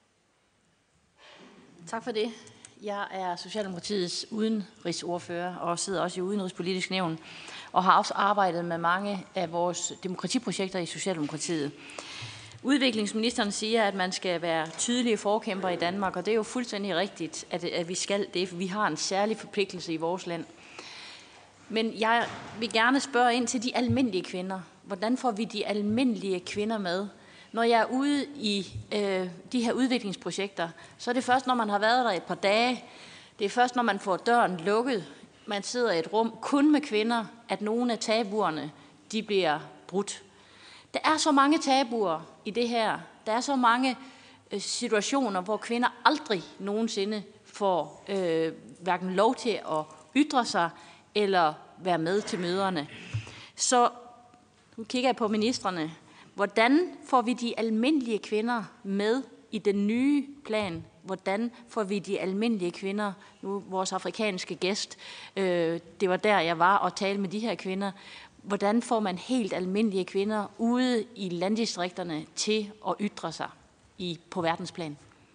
Tak for det. Jeg er Socialdemokratiets udenrigsordfører og sidder også i Udenrigspolitisk Nævn og har også arbejdet med mange af vores demokratiprojekter i Socialdemokratiet. Udviklingsministeren siger, at man skal være tydelige forkæmper i Danmark, og det er jo fuldstændig rigtigt, at, at vi skal det, for vi har en særlig forpligtelse i vores land. Men jeg vil gerne spørge ind til de almindelige kvinder. Hvordan får vi de almindelige kvinder med? Når jeg er ude i øh, de her udviklingsprojekter, så er det først, når man har været der et par dage. Det er først, når man får døren lukket. Man sidder i et rum kun med kvinder, at nogle af tabuerne, de bliver brudt. Der er så mange tabuer i det her. Der er så mange øh, situationer, hvor kvinder aldrig nogensinde får øh, hverken lov til at ytre sig eller være med til møderne. Så nu kigger jeg på ministrene. Hvordan får vi de almindelige kvinder med i den nye plan? Hvordan får vi de almindelige kvinder, nu vores afrikanske gæst, øh, det var der, jeg var og talte med de her kvinder. Hvordan får man helt almindelige kvinder ude i landdistrikterne til at ytre sig i, på verdensplan?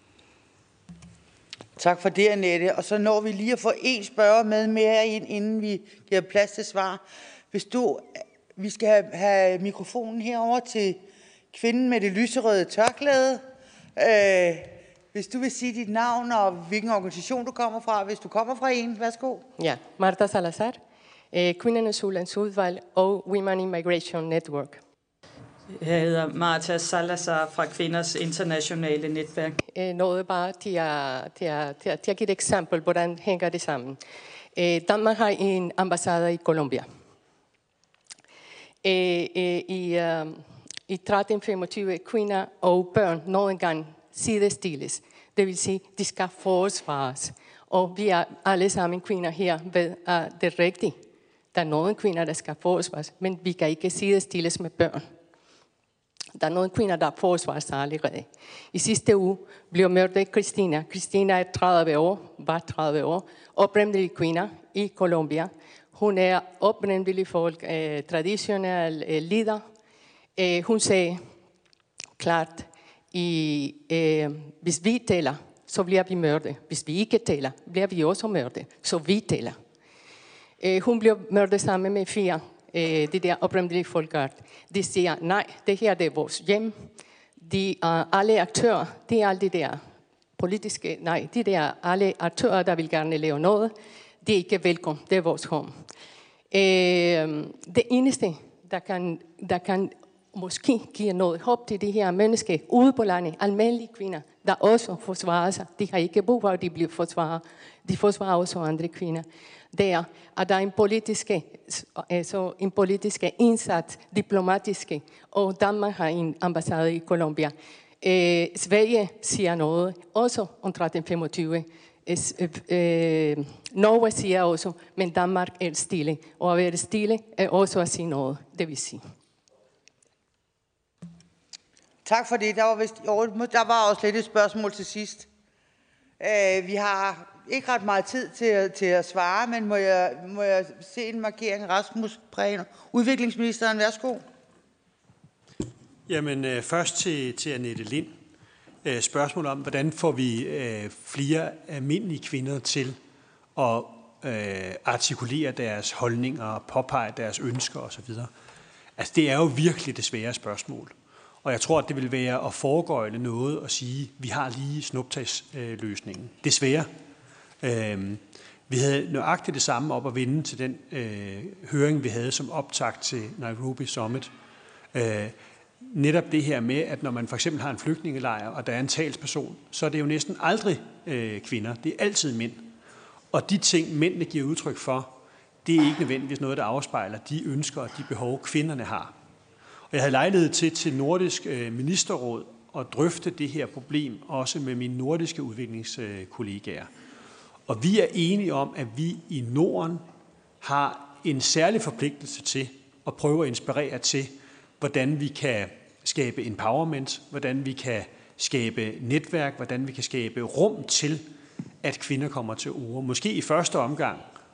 Tak for det, Annette. Og så når vi lige at få en spørger med mere ind, inden vi giver plads til svar. Hvis du, vi skal have, have mikrofonen herover til kvinden med det lyserøde tørklæde. Øh, hvis du vil sige dit navn og hvilken organisation du kommer fra, hvis du kommer fra en, værsgo. Ja, Marta Salazar, eh, Kvindernes Udvalg og Women in Migration Network. Jeg hedder Marta Salazar fra Kvinders Internationale Netværk. Eh, noget bare til at, til, at, til, at, til at give et eksempel, hvordan hænger det sammen. Eh, Danmark har en ambassade i Colombia. Eh, eh, I uh, i tretten femogtyve kvinder og børn nogle engang sidestilles. Det vil sige, de skal forsvares. Og vi er alle sammen kvinder her ved, at det er rigtigt. Der er nogle kvinder, der skal forsvares, men vi kan ikke sidestilles med børn. Der er nogle kvinder, der forsvares allerede. I sidste uge blev myrdet Christina. Christina er tredive år, var tredive år, oprindelig kvinder i Colombia. Hun er oprindelig folk, eh, traditionel eh, leder. Eh, hun sagde klart, i, eh, hvis vi tæller, så bliver vi myrdet. Hvis vi ikke tæller, bliver vi også myrdet. Så vi tæller. Eh, hun blev myrdet sammen med fire. Eh, det der oprindelige folkeart. De siger, nej, det her det er vores hjem. De er alle aktører, det er alle de der politiske, nej, de der alle aktører, der vil gerne lave noget. Det er ikke velkommen, det er vores home. Eh, det eneste, der kan, der kan måske give noget håb til de her mennesker ude på landet, almindelige kvinder, der også forsvarer sig. De har ikke brug for, at de bliver forsvaret. De forsvarer også andre kvinder. Det er, at der er en politisk, altså en politisk indsats, diplomatiske, og Danmark har en ambassade i Colombia. Eh, Sverige siger noget, også om tretten femogtyve. Eh, eh, Norge siger også, men Danmark er stille. Og at være stille er også at sige noget, det vil sige. Tak for det. Der var, vist, der var også lidt et spørgsmål til sidst. Uh, vi har ikke ret meget tid til, til at svare, men må jeg, må jeg se en markering? Rasmus Prehn, udviklingsministeren, værsgo. Jamen, øh, først til, til Annette Lind. Øh, spørgsmål om, hvordan får vi øh, flere almindelige kvinder til at øh, artikulere deres holdninger, påpege deres ønsker osv. Altså, det er jo virkelig det svære spørgsmål. Og jeg tror, at det vil være at foregøjle noget og sige, at vi har lige snuptagsløsningen. Desværre. Øh, vi havde nøjagtigt det samme op at vende til den øh, høring, vi havde som optakt til Nairobi Summit. Øh, netop det her med, at når man for eksempel har en flygtningelejr, og der er en talsperson, så er det jo næsten aldrig øh, kvinder. Det er altid mænd. Og de ting, mændene giver udtryk for, det er ikke nødvendigvis noget, der afspejler de ønsker og de behov, kvinderne har. Og jeg havde lejlighed til til Nordisk Ministerråd at drøfte det her problem, også med mine nordiske udviklingskollegaer. Og vi er enige om, at vi i Norden har en særlig forpligtelse til at prøve at inspirere til, hvordan vi kan skabe empowerment, hvordan vi kan skabe netværk, hvordan vi kan skabe rum til, at kvinder kommer til ord. Måske i første omgang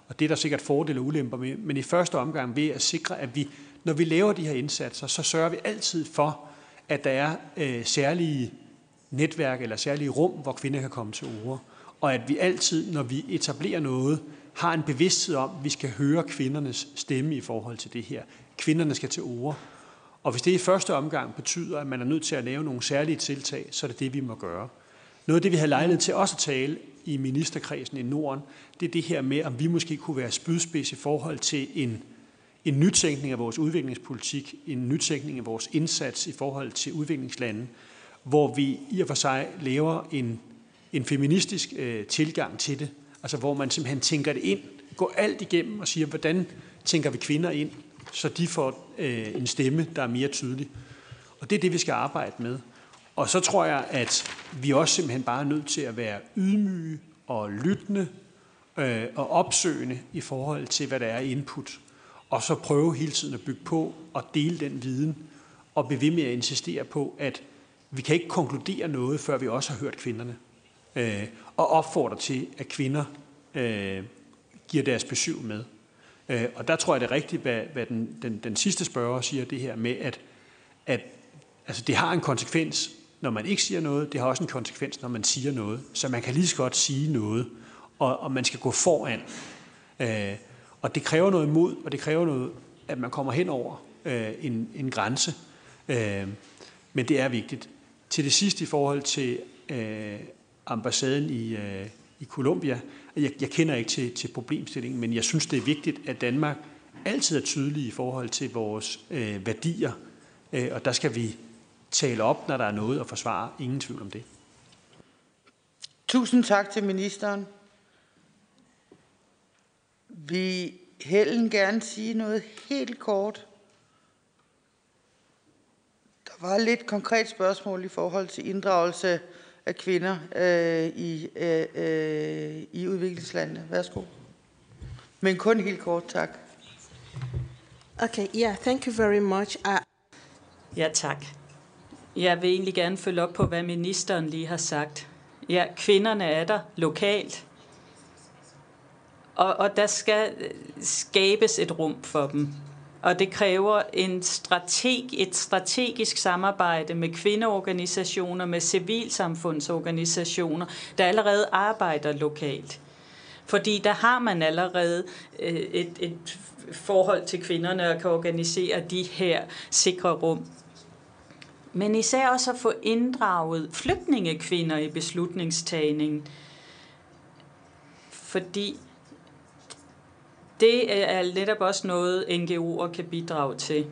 Og det er der sikkert fordele og ulemper med. Men i første omgang ved at sikre, at vi, når vi laver de her indsatser, så sørger vi altid for, at der er øh, særlige netværk eller særlige rum, hvor kvinder kan komme til orde. Og at vi altid, når vi etablerer noget, har en bevidsthed om, at vi skal høre kvindernes stemme i forhold til det her. Kvinderne skal til orde. Og hvis det i første omgang betyder, at man er nødt til at lave nogle særlige tiltag, så er det det, vi må gøre. Noget af det, vi havde lejlighed til også at tale i ministerkredsen i Norden, det er det her med, om vi måske kunne være spydspids i forhold til en, en nytænkning af vores udviklingspolitik, en nytænkning af vores indsats i forhold til udviklingslande, hvor vi i og for sig laver en, en feministisk øh, tilgang til det, altså hvor man simpelthen tænker det ind, går alt igennem og siger, hvordan tænker vi kvinder ind, så de får øh, en stemme, der er mere tydelig. Og det er det, vi skal arbejde med. Og så tror jeg, at vi også simpelthen bare er nødt til at være ydmyge og lyttende øh, og opsøgende i forhold til, hvad der er input. Og så prøve hele tiden at bygge på og dele den viden og blive ved med at insistere på, at vi kan ikke konkludere noget, før vi også har hørt kvinderne. Øh, og opfordre til, at kvinder øh, giver deres besøg med. Øh, og der tror jeg, det er rigtigt, hvad, hvad den, den, den sidste spørger siger, det her med, at, at altså, det har en konsekvens, når man ikke siger noget. Det har også en konsekvens, når man siger noget. Så man kan lige så godt sige noget, og, og man skal gå foran. Øh, og det kræver noget mod, og det kræver noget, at man kommer hen over øh, en, en grænse. Øh, men det er vigtigt. Til det sidste i forhold til øh, ambassaden i, øh, i Colombia, jeg, jeg kender ikke til, til problemstillingen, men jeg synes, det er vigtigt, at Danmark altid er tydelig i forhold til vores øh, værdier, øh, og der skal vi tale op, når der er noget at forsvare. Ingen tvivl om det. Tusind tak til ministeren. Vi Helen gerne sige noget helt kort. Der var lidt konkret spørgsmål i forhold til inddragelse af kvinder øh, i, øh, øh, i udviklingslandene. Værsgo. Men kun helt kort, tak. Okay, yeah, thank you very much. Uh... Ja, tak. Jeg vil egentlig gerne følge op på, hvad ministeren lige har sagt. Ja, kvinderne er der lokalt, og, og der skal skabes et rum for dem. Og det kræver en strateg, et strategisk samarbejde med kvindeorganisationer, med civilsamfundsorganisationer, der allerede arbejder lokalt. Fordi der har man allerede øh, et, et forhold til kvinderne og kan organisere de her sikre rum. Men især også at få inddraget flygtningekvinder i beslutningstagningen. Fordi det er netop også noget, N G O'er kan bidrage til.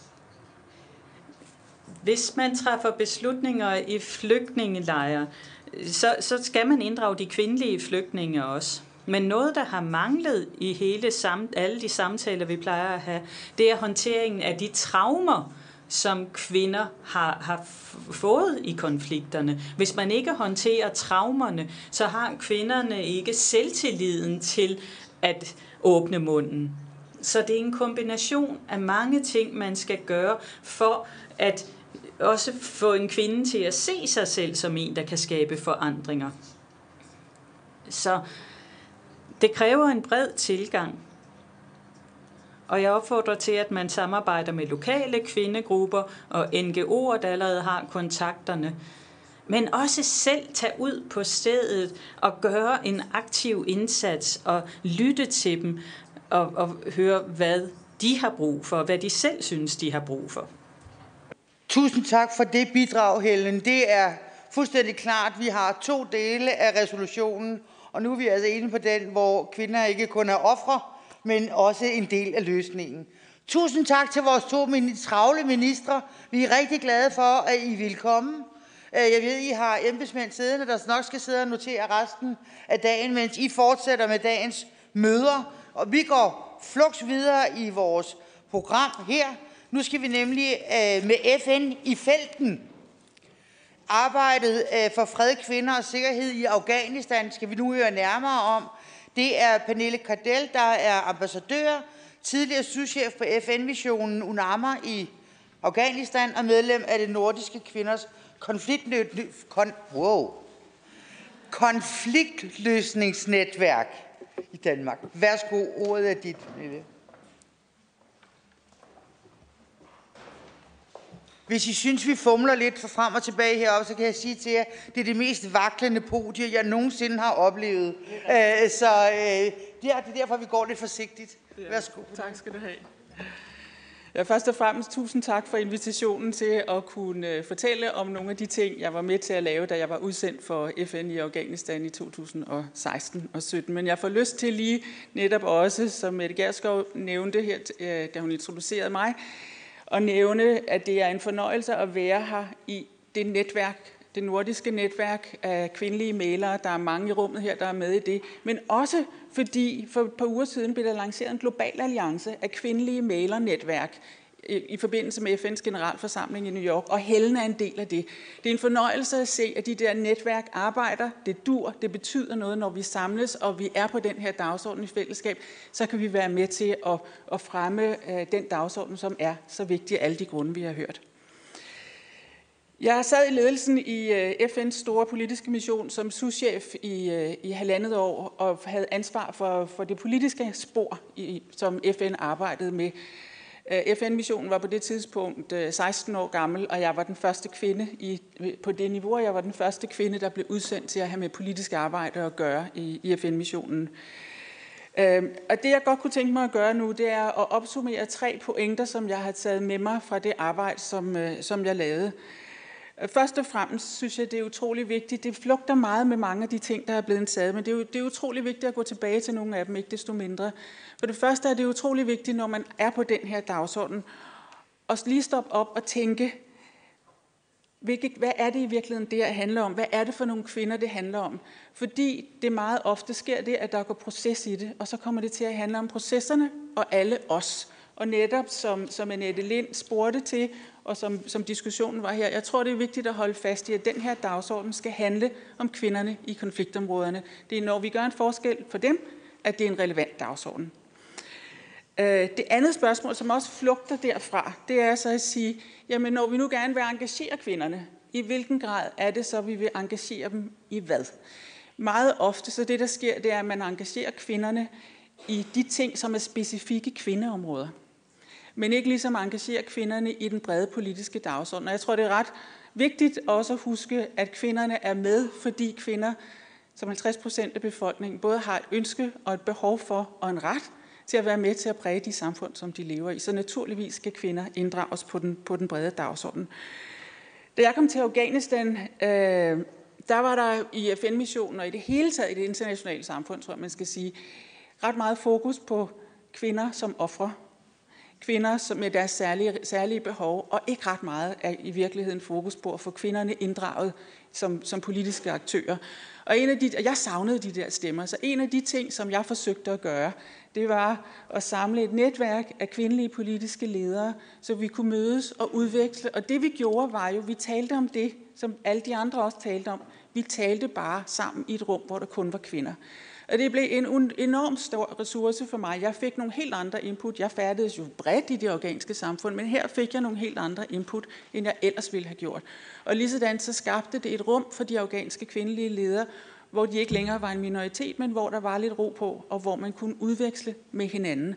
Hvis man træffer beslutninger i flygtningelejre, så, så skal man inddrage de kvindelige flygtninge også. Men noget, der har manglet i hele sam, alle de samtaler, vi plejer at have, det er håndteringen af de traumer, som kvinder har, har fået i konflikterne. Hvis man ikke håndterer traumerne, så har kvinderne ikke selvtilliden til at åbne munden. Så det er en kombination af mange ting, man skal gøre for at også få en kvinde til at se sig selv som en, der kan skabe forandringer. Så det kræver en bred tilgang. Og jeg opfordrer til, at man samarbejder med lokale kvindegrupper og N G O'er, der allerede har kontakterne. Men også selv tage ud på stedet og gøre en aktiv indsats og lytte til dem og, og høre, hvad de har brug for, hvad de selv synes, de har brug for. Tusind tak for det bidrag, Helen. Det er fuldstændig klart. Vi har to dele af resolutionen, og nu er vi altså inde på den, hvor kvinder ikke kun er ofre, men også en del af løsningen. Tusind tak til vores to travle ministre. Vi er rigtig glade for, at I vil komme. Jeg ved, I har embedsmænd siddende, der nok skal sidde og notere resten af dagen, mens I fortsætter med dagens møder. Og vi går fluks videre i vores program her. Nu skal vi nemlig med F N i felten. Arbejdet for fred, kvinder og sikkerhed i Afghanistan skal vi nu høre nærmere om. Det er Pernille Kardell, der er ambassadør, tidligere souschef på F N-missionen UNAMA i Afghanistan og medlem af det nordiske kvinders konfliktlø- kon- wow. konfliktløsningsnetværk. i Danmark. Værsgo, ordet er dit, Pernille. Hvis I synes, vi fumler lidt for frem og tilbage heroppe, så kan jeg sige til jer, det er det mest vaklende podie, jeg nogensinde har oplevet. Øh, så øh, det er derfor, vi går lidt forsigtigt. Værsgo. Ja, tak skal du have. Ja, først og fremmest tusind tak for invitationen til at kunne fortælle om nogle af de ting, jeg var med til at lave, da jeg var udsendt for F N i Afghanistan i to tusind og seksten og sytten. Men jeg får lyst til lige netop også, som Mette Gjerskov nævnte her, da hun introducerede mig, at nævne, at det er en fornøjelse at være her i det netværk, det nordiske netværk af kvindelige mælere. Der er mange i rummet her, der er med i det. Men også fordi for et par uger siden blev der lanceret en global alliance af kvindelige mælernetværk i, i forbindelse med F N's generalforsamling i New York, og Helen er en del af det. Det er en fornøjelse at se, at de der netværk arbejder, det dur, det betyder noget, når vi samles, og vi er på den her dagsorden i fællesskab, så kan vi være med til at, at fremme uh, den dagsorden, som er så vigtig af alle de grunde, vi har hørt. Jeg sad i ledelsen i F N's store politiske mission som souschef i, i halvandet år og havde ansvar for, for det politiske spor, i, som F N arbejdede med. F N-missionen var på det tidspunkt seksten år gammel, og jeg var den første kvinde i, på det niveau, jeg var den første kvinde, der blev udsendt til at have med politisk arbejde at gøre i, i F N-missionen. Og det, jeg godt kunne tænke mig at gøre nu, det er at opsummere tre pointer, som jeg har taget med mig fra det arbejde, som, som jeg lavede. Først og fremmest synes jeg, det er utrolig vigtigt. Det flugter meget med mange af de ting, der er blevet taget, men det er, jo, det er utrolig vigtigt at gå tilbage til nogle af dem, ikke desto mindre. For det første er det utrolig vigtigt, når man er på den her dagsorden, at lige stoppe op og tænke, hvilket, hvad er det i virkeligheden, det her handler om? Hvad er det for nogle kvinder, det handler om? Fordi det meget ofte sker det, at der går proces i det, og så kommer det til at handle om processerne og alle os. Og netop som, som Annette Lind spurgte til, og som, som diskussionen var her, jeg tror, det er vigtigt at holde fast i, at den her dagsorden skal handle om kvinderne i konfliktområderne. Det er, når vi gør en forskel for dem, at det er en relevant dagsorden. Det andet spørgsmål, som også flugter derfra, det er så at sige, jamen når vi nu gerne vil engagere kvinderne, i hvilken grad er det så, vi vil engagere dem i hvad? Meget ofte, så det der sker, det er, at man engagerer kvinderne i de ting, som er specifikke kvindeområder, men ikke ligesom engagerer kvinderne i den brede politiske dagsorden. Og jeg tror, det er ret vigtigt også at huske, at kvinderne er med, fordi kvinder, som halvtreds procent af befolkningen, både har et ønske og et behov for og en ret til at være med til at præge de samfund, som de lever i. Så naturligvis skal kvinder inddrages på den, på den brede dagsorden. Da jeg kom til Afghanistan, øh, der var der i F N-missionen og i det hele taget i det internationale samfund, tror jeg, man skal sige, ret meget fokus på kvinder som ofre. Kvinder som med deres særlige, særlige behov, og ikke ret meget er i virkeligheden fokus på at få kvinderne inddraget som, som politiske aktører. Og, en af de, og jeg savnede de der stemmer, så en af de ting, som jeg forsøgte at gøre, det var at samle et netværk af kvindelige politiske ledere, så vi kunne mødes og udveksle. Og det vi gjorde var jo, vi talte om det, som alle de andre også talte om. Vi talte bare sammen i et rum, hvor der kun var kvinder. Og det blev en enormt stor ressource for mig. Jeg fik nogle helt andre input. Jeg færdedes jo bredt i det afghanske samfund, men her fik jeg nogle helt andre input, end jeg ellers ville have gjort. Og lige sådan så skabte det et rum for de afghanske kvindelige ledere, hvor de ikke længere var en minoritet, men hvor der var lidt ro på, og hvor man kunne udveksle med hinanden.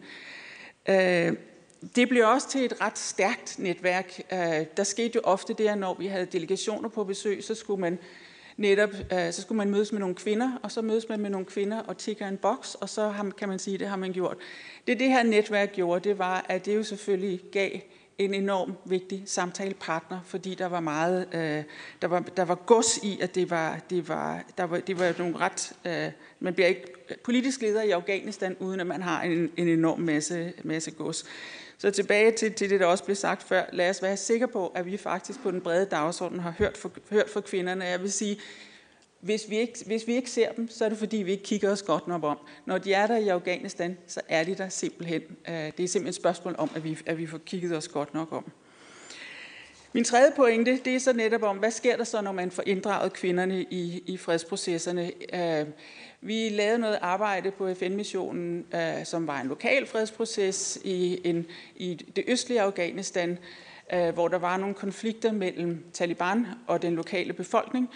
Det blev også til et ret stærkt netværk. Der skete jo ofte det, at når vi havde delegationer på besøg, så skulle man netop, så skulle man mødes med nogle kvinder, og så mødes man med nogle kvinder og tikker en boks, og så kan man sige, at det har man gjort. Det det her netværk gjorde, det var, at det jo selvfølgelig gav en enorm vigtig samtalepartner, fordi der var meget, øh, der var der var gods i, at det var det var der var det var nogle ret, øh, man bliver ikke politisk leder i Afghanistan uden at man har en, en enorm masse masse gods. Så tilbage til, til det, der også blev sagt før, lad os være sikre på, at vi faktisk på den brede dagsorden har hørt for, hørt for kvinderne. Jeg vil sige, hvis vi, ikke, hvis vi ikke ser dem, så er det fordi, vi ikke kigger os godt nok om. Når de er der i Afghanistan, så er de der simpelthen. Det er simpelthen et spørgsmål om, at vi, at vi får kigget os godt nok om. Min tredje pointe, det er så netop om, hvad sker der så, når man får inddraget kvinderne i, i fredsprocesserne. Vi lavede noget arbejde på F N-missionen, som var en lokal fredsproces i, en, i det østlige Afghanistan, hvor der var nogle konflikter mellem Taliban og den lokale befolkning.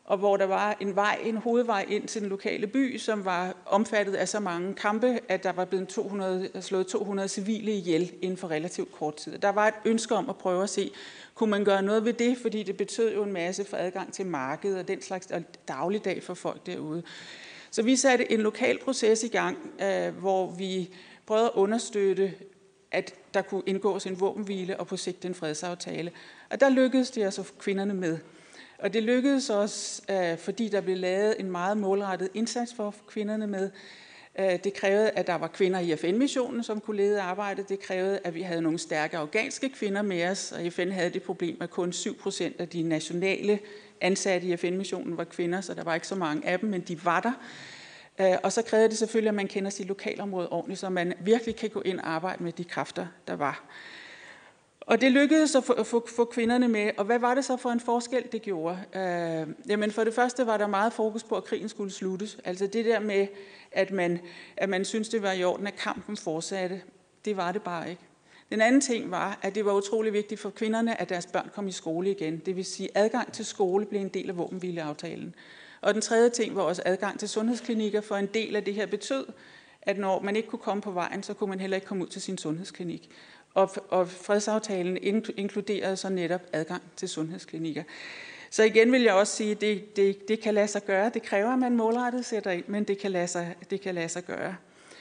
og hvor der var en vej, en hovedvej ind til den lokale by, som var omfattet af så mange kampe, at der var blevet to hundrede, slået to hundrede civile ihjel inden for relativt kort tid. Der var et ønske om at prøve at se, kunne man gøre noget ved det, fordi det betød jo en masse for adgang til markedet og den slags og dagligdag for folk derude. Så vi satte en lokal proces i gang, øh, hvor vi prøvede at understøtte, at der kunne indgås en våbenhvile og på sigt en fredsaftale. Og der lykkedes det altså kvinderne med. Og det lykkedes også, øh, fordi der blev lavet en meget målrettet indsats for kvinderne med. Øh, det krævede, at der var kvinder i F N-missionen, som kunne lede arbejdet. Det krævede, at vi havde nogle stærke afghanske kvinder med os, og F N havde det problem, at kun syv procent af de nationale ansatte i F N-missionen var kvinder, så der var ikke så mange af dem, men de var der. Og så krævede det selvfølgelig, at man kender sit lokalområde ordentligt, så man virkelig kan gå ind og arbejde med de kræfter, der var. Og det lykkedes at få, at få, få kvinderne med. Og hvad var det så for en forskel, det gjorde? Øh, jamen for det første var der meget fokus på, at krigen skulle sluttes. Altså det der med, at man, at man syntes, det var i orden, at kampen fortsatte. Det var det bare ikke. Den anden ting var, at det var utrolig vigtigt for kvinderne, at deres børn kom i skole igen. Det vil sige, at adgang til skole blev en del af våbenhvileaftalen. Og den tredje ting var også adgang til sundhedsklinikker, for en del af det her betød, at når man ikke kunne komme på vejen, så kunne man heller ikke komme ud til sin sundhedsklinik. Og, og fredsaftalen inkluderede så netop adgang til sundhedsklinikker. Så igen vil jeg også sige, at det, det, det kan lade sig gøre. Det kræver, at man målrettet sætter ind, men det kan lade sig, det kan lade sig gøre.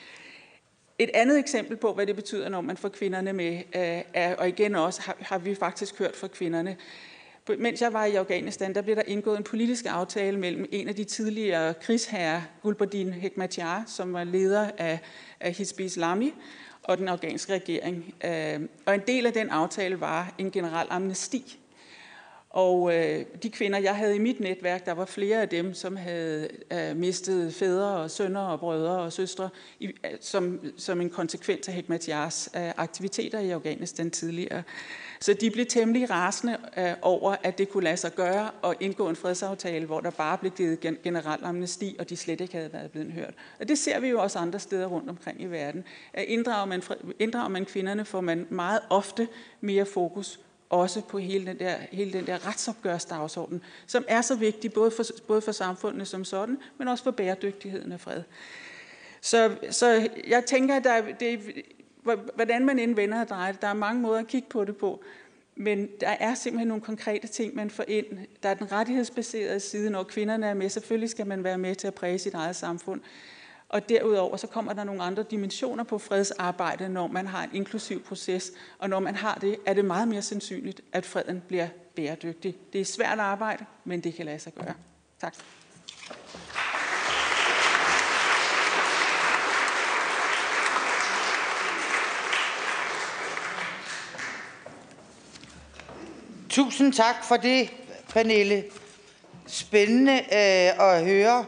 Et andet eksempel på, hvad det betyder, når man får kvinderne med, er, og igen også har, har vi faktisk hørt fra kvinderne. Mens jeg var i Afghanistan, der blev der indgået en politisk aftale mellem en af de tidligere krigsherrer, Gulbuddin Hekmatyar, som var leder af, af Hizb Islami, og den afghanske regering. Og en del af den aftale var en generel amnesti. Og øh, de kvinder, jeg havde i mit netværk, der var flere af dem, som havde øh, mistet fædre og sønner og brødre og søstre, i, som, som en konsekvens af Hekmatyars øh, aktiviteter i Afghanistan tidligere. Så de blev temmelig rasende øh, over, at det kunne lade sig gøre at indgå en fredsaftale, hvor der bare blev givet gen- generel amnesti, og de slet ikke havde været blevet hørt. Og det ser vi jo også andre steder rundt omkring i verden. At inddrager man, inddrager man kvinderne, får man meget ofte mere fokus også på hele den der, hele den der retsopgørsdagsorden, som er så vigtig både for, både for samfundene som sådan, men også for bæredygtigheden af fred. Så, så jeg tænker, at der, det, hvordan man end vender og drejer det, der er mange måder at kigge på det på, men der er simpelthen nogle konkrete ting, man får ind. Der er den rettighedsbaserede side, når kvinderne er med. Selvfølgelig skal man være med til at præge sit eget samfund. Og derudover så kommer der nogle andre dimensioner på fredsarbejde, når man har en inklusiv proces. Og når man har det, er det meget mere sandsynligt, at freden bliver bæredygtig. Det er svært arbejde, men det kan lade sig gøre. Tak. Tusind tak for det, Pernille. Spændende øh, at høre.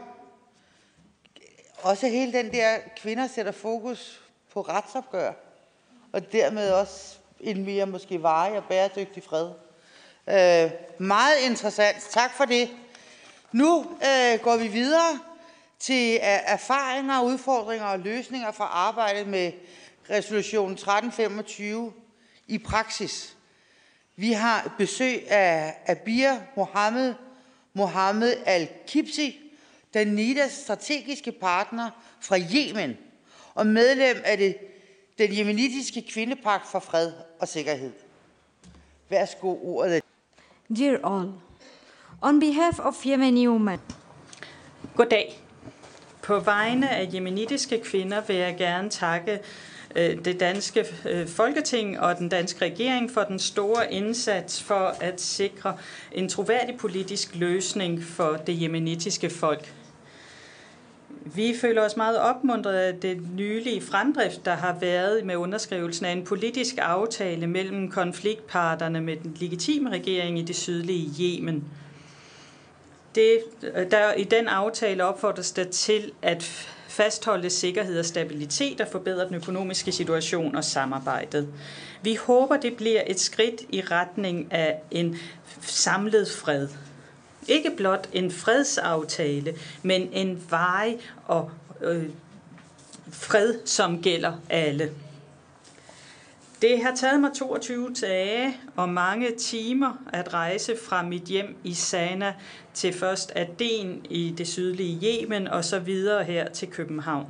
Også hele den der, kvinder sætter fokus på retsopgør, og dermed også en mere måske varig og bæredygtig fred. Øh, meget interessant. Tak for det. Nu øh, går vi videre til uh, erfaringer, udfordringer og løsninger fra arbejdet med resolution tretten femogtyve i praksis. Vi har besøg af Abir Mohammed, Mohammed Al-Kibsi, Danidas strategiske partner fra Yemen og medlem af det, den jemenitiske kvindepagt for fred og sikkerhed. Værsgo ordet. Dear all, on behalf of Yemeni women. Goddag. På vegne af jemenitiske kvinder vil jeg gerne takke det danske Folketing og den danske regering for den store indsats for at sikre en troværdig politisk løsning for det jemenitiske folk. Vi føler os meget opmuntret af det nylige fremdrift, der har været med underskrivelsen af en politisk aftale mellem konfliktparterne med den legitime regering i det sydlige Yemen. Det, der, I den aftale opfordres der til at fastholde sikkerhed og stabilitet og forbedre den økonomiske situation og samarbejdet. Vi håber, det bliver et skridt i retning af en samlet fred. Ikke blot en fredsaftale, men en varig og øh, fred, som gælder alle. Det har taget mig toogtyve dage og mange timer at rejse fra mit hjem i Sanaa til først Aden i det sydlige Yemen og så videre her til København.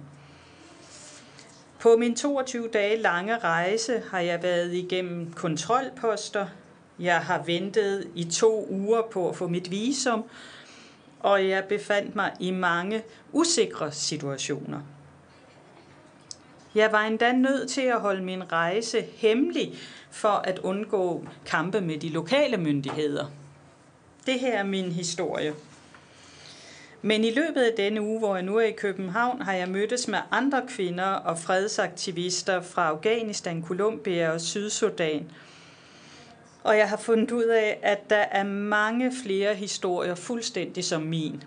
På min toogtyve dage lange rejse har jeg været igennem kontrolposter. Jeg har ventet i to uger på at få mit visum, og jeg befandt mig i mange usikre situationer. Jeg var endda nødt til at holde min rejse hemmelig for at undgå kampe med de lokale myndigheder. Det her er min historie. Men i løbet af denne uge, hvor jeg nu er i København, har jeg mødtes med andre kvinder og fredsaktivister fra Afghanistan, Colombia og Sydsudan. Og jeg har fundet ud af, at der er mange flere historier fuldstændig som min.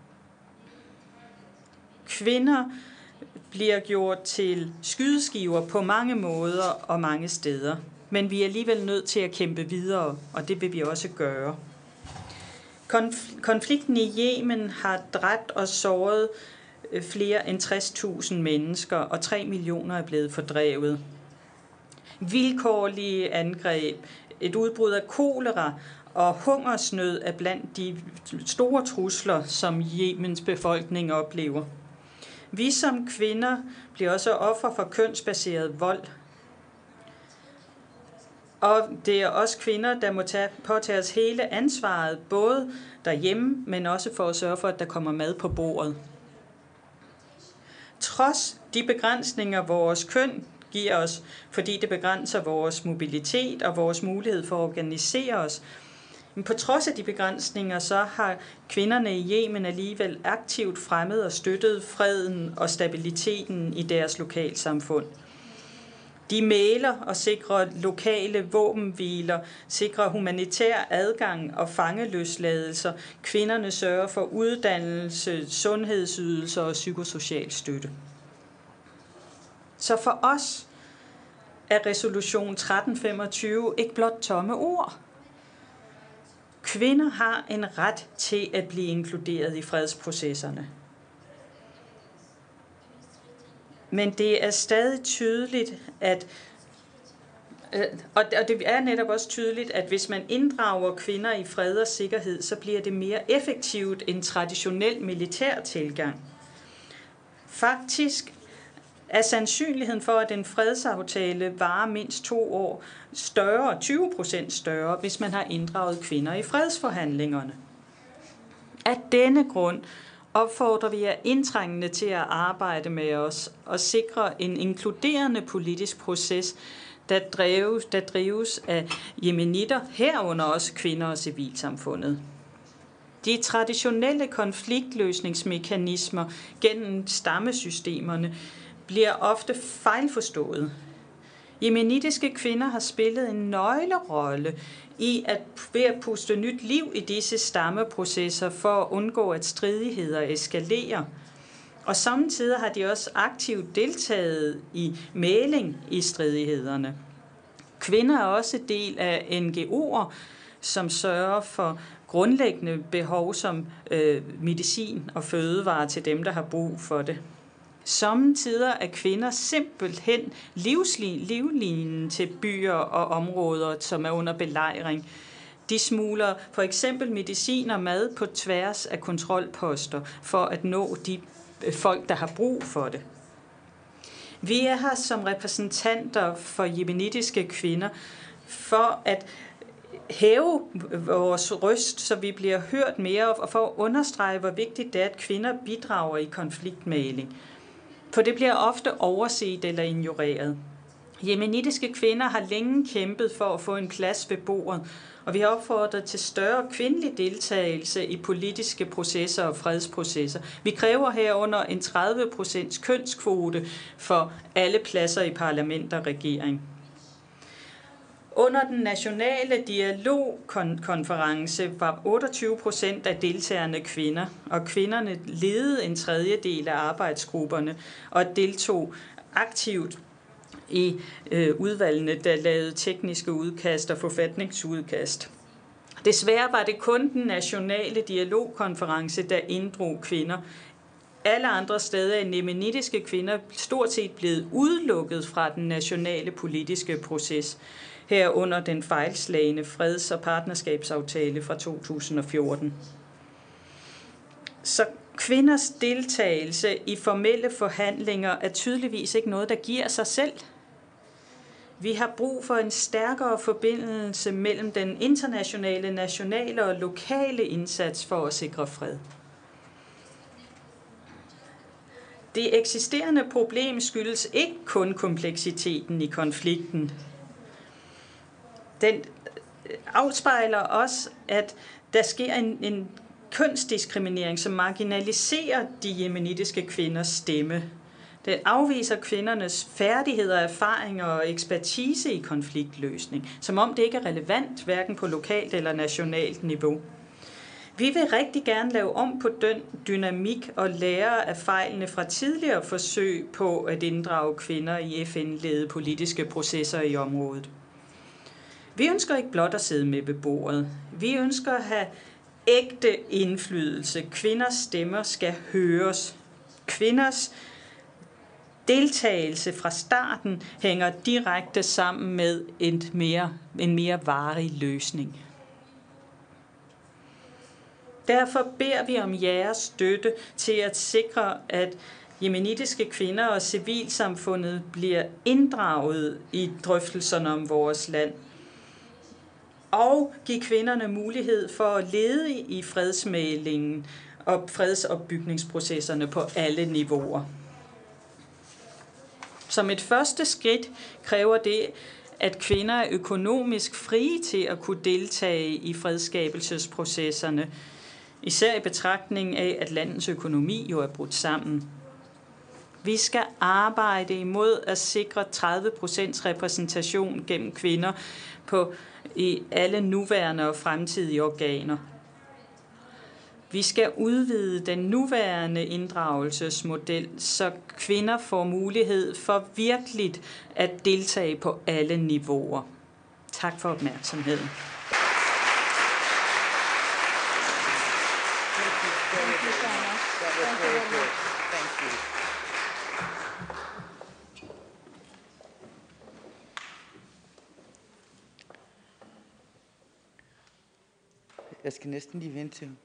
Kvinder bliver gjort til skydeskiver på mange måder og mange steder. Men vi er alligevel nødt til at kæmpe videre, og det vil vi også gøre. Konflikten i Yemen har dræbt og såret flere end tres tusind mennesker, og tre millioner er blevet fordrevet. Vilkårlige angreb, et udbrud af kolera og hungersnød er blandt de store trusler, som Yemens befolkning oplever. Vi som kvinder bliver også offer for kønsbaseret vold. Og det er også kvinder, der må tage, påtage os hele ansvaret, både derhjemme, men også for at sørge for, at der kommer mad på bordet. Trods de begrænsninger, vores køn giver os, fordi det begrænser vores mobilitet og vores mulighed for at organisere os, men på trods af de begrænsninger, så har kvinderne i Yemen alligevel aktivt fremmet og støttet freden og stabiliteten i deres lokalsamfund. De mægler og sikrer lokale våbenhviler, sikrer humanitær adgang og fangeløsladelser. Kvinderne sørger for uddannelse, sundhedsydelser og psykosocial støtte. Så for os er resolution tretten femogtyve ikke blot tomme ord. Kvinder har en ret til at blive inkluderet i fredsprocesserne. Men det er stadig tydeligt, at og det er netop også tydeligt, at hvis man inddrager kvinder i fred og sikkerhed, så bliver det mere effektivt end traditionel militær tilgang. Faktisk er sandsynligheden for, at en fredsaftale varer mindst to år større, tyve procent større, hvis man har inddraget kvinder i fredsforhandlingerne. Af denne grund opfordrer vi jer indtrængende til at arbejde med os og sikre en inkluderende politisk proces, der drives, der drives af yemenitter, herunder også kvinder og civilsamfundet. De traditionelle konfliktløsningsmekanismer gennem stammesystemerne bliver ofte fejlforstået. Yemenitiske kvinder har spillet en nøglerolle i at ved at puste nyt liv i disse stammeprocesser for at undgå, at stridigheder eskalerer. Og samtidig har de også aktivt deltaget i mægling i stridighederne. Kvinder er også del af N G O'er, som sørger for grundlæggende behov som øh, medicin og fødevarer til dem, der har brug for det. Sommetider er kvinder simpelthen livlinen til byer og områder, som er under belejring. De smugler for eksempel medicin og mad på tværs af kontrolposter for at nå de folk, der har brug for det. Vi er her som repræsentanter for yemenitiske kvinder for at hæve vores røst, så vi bliver hørt mere, og for at understrege, hvor vigtigt det er, at kvinder bidrager i konfliktmægling. For det bliver ofte overset eller ignoreret. Yemenitiske kvinder har længe kæmpet for at få en plads ved bordet, og vi har opfordret til større kvindelig deltagelse i politiske processer og fredsprocesser. Vi kræver herunder en tredive procent kønskvote for alle pladser i parlament og regering. Under den nationale dialogkonference var otteogtyve procent af deltagerne kvinder, og kvinderne ledede en tredjedel af arbejdsgrupperne og deltog aktivt i øh, udvalgene, der lavede tekniske udkast og forfatningsudkast. Desværre var det kun den nationale dialogkonference, der inddrog kvinder. alle andre steder er yemenitiske kvinder stort set blevet udelukket fra den nationale politiske proces, herunder den fejlslagne freds- og partnerskabsaftale fra to tusind og fjorten. Så kvinders deltagelse i formelle forhandlinger er tydeligvis ikke noget, der giver sig selv. Vi har brug for en stærkere forbindelse mellem den internationale, nationale og lokale indsats for at sikre fred. Det eksisterende problem skyldes ikke kun kompleksiteten i konflikten. Den afspejler også, at der sker en, en kønsdiskriminering, som marginaliserer de yemenitiske kvinders stemme. Det afviser kvindernes færdigheder, erfaringer og ekspertise i konfliktløsning, som om det ikke er relevant, hverken på lokalt eller nationalt niveau. Vi vil rigtig gerne lave om på den dynamik og lære af fejlene fra tidligere forsøg på at inddrage kvinder i F N-ledede politiske processer i området. Vi ønsker ikke blot at sidde med ved bordet. Vi ønsker at have ægte indflydelse. Kvinders stemmer skal høres. Kvinders deltagelse fra starten hænger direkte sammen med en mere, en mere varig løsning. Derfor beder vi om jeres støtte til at sikre, at yemenitiske kvinder og civilsamfundet bliver inddraget i drøftelserne om vores land, og give kvinderne mulighed for at lede i fredsmæglingen og fredsopbygningsprocesserne på alle niveauer. Som et første skridt kræver det, at kvinder er økonomisk frie til at kunne deltage i fredsskabelsesprocesserne, især i betragtning af, at landets økonomi jo er brudt sammen. Vi skal arbejde imod at sikre tredive procent repræsentation gennem kvinder på i alle nuværende og fremtidige organer. Vi skal udvide den nuværende inddragelsesmodel, så kvinder får mulighed for virkeligt at deltage på alle niveauer. Tak for opmærksomheden. Jeg skal næsten lige vente til.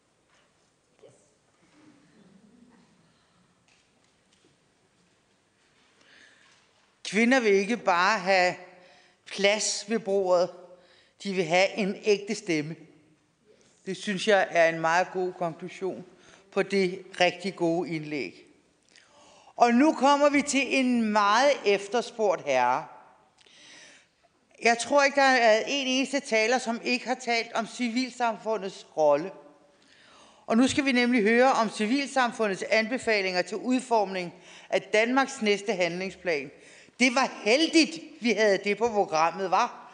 Kvinder vil ikke bare have plads ved bordet, de vil have en ægte stemme. Det synes jeg er en meget god konklusion på det rigtig gode indlæg. Og nu kommer vi til en meget efterspurgt herre. Jeg tror ikke, der er en eneste taler, som ikke har talt om civilsamfundets rolle. Og nu skal vi nemlig høre om civilsamfundets anbefalinger til udformning af Danmarks næste handlingsplan. Det var heldigt, vi havde det på programmet, var?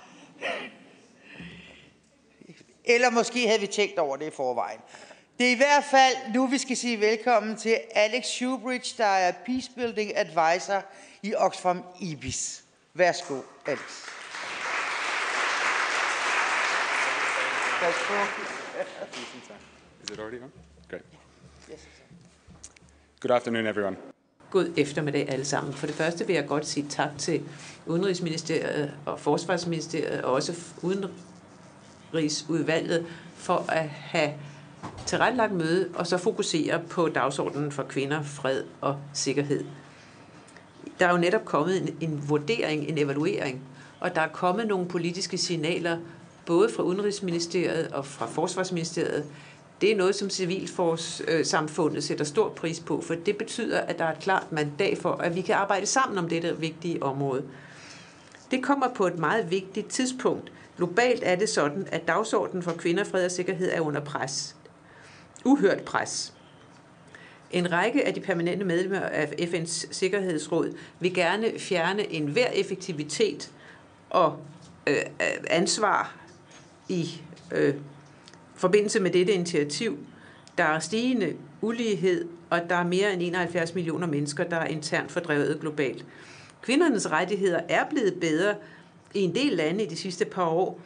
Eller måske havde vi tænkt over det i forvejen. Det er i hvert fald nu, vi skal sige velkommen til Alex Shoebridge, der er Peacebuilding Advisor i Oxfam IBIS. Værsgo, Alex. Is it already on? Great. Good afternoon, everyone. God eftermiddag alle sammen. For det første vil jeg godt sige tak til Udenrigsministeriet og Forsvarsministeriet og også Udenrigsudvalget for at have tilrettelagt møde og så fokusere på dagsordenen for kvinder, fred og sikkerhed. Der er jo netop kommet en, en vurdering, en evaluering, og der er kommet nogle politiske signaler både fra Udenrigsministeriet og fra Forsvarsministeriet. Det er noget, som civilsamfundet sætter stor pris på, for det betyder, at der er et klart mandat for, at vi kan arbejde sammen om dette vigtige område. Det kommer på et meget vigtigt tidspunkt. Globalt er det sådan, at dagsordenen for kvinder, fred og sikkerhed er under pres. Uhørt pres. En række af de permanente medlemmer af F N's Sikkerhedsråd vil gerne fjerne enhver effektivitet og øh, ansvar i øh, forbindelse med dette initiativ. Der er stigende ulighed, og der er mere end enoghalvfjerds millioner mennesker, der er internt fordrevet globalt. Kvindernes rettigheder er blevet bedre i en del lande i de sidste par år,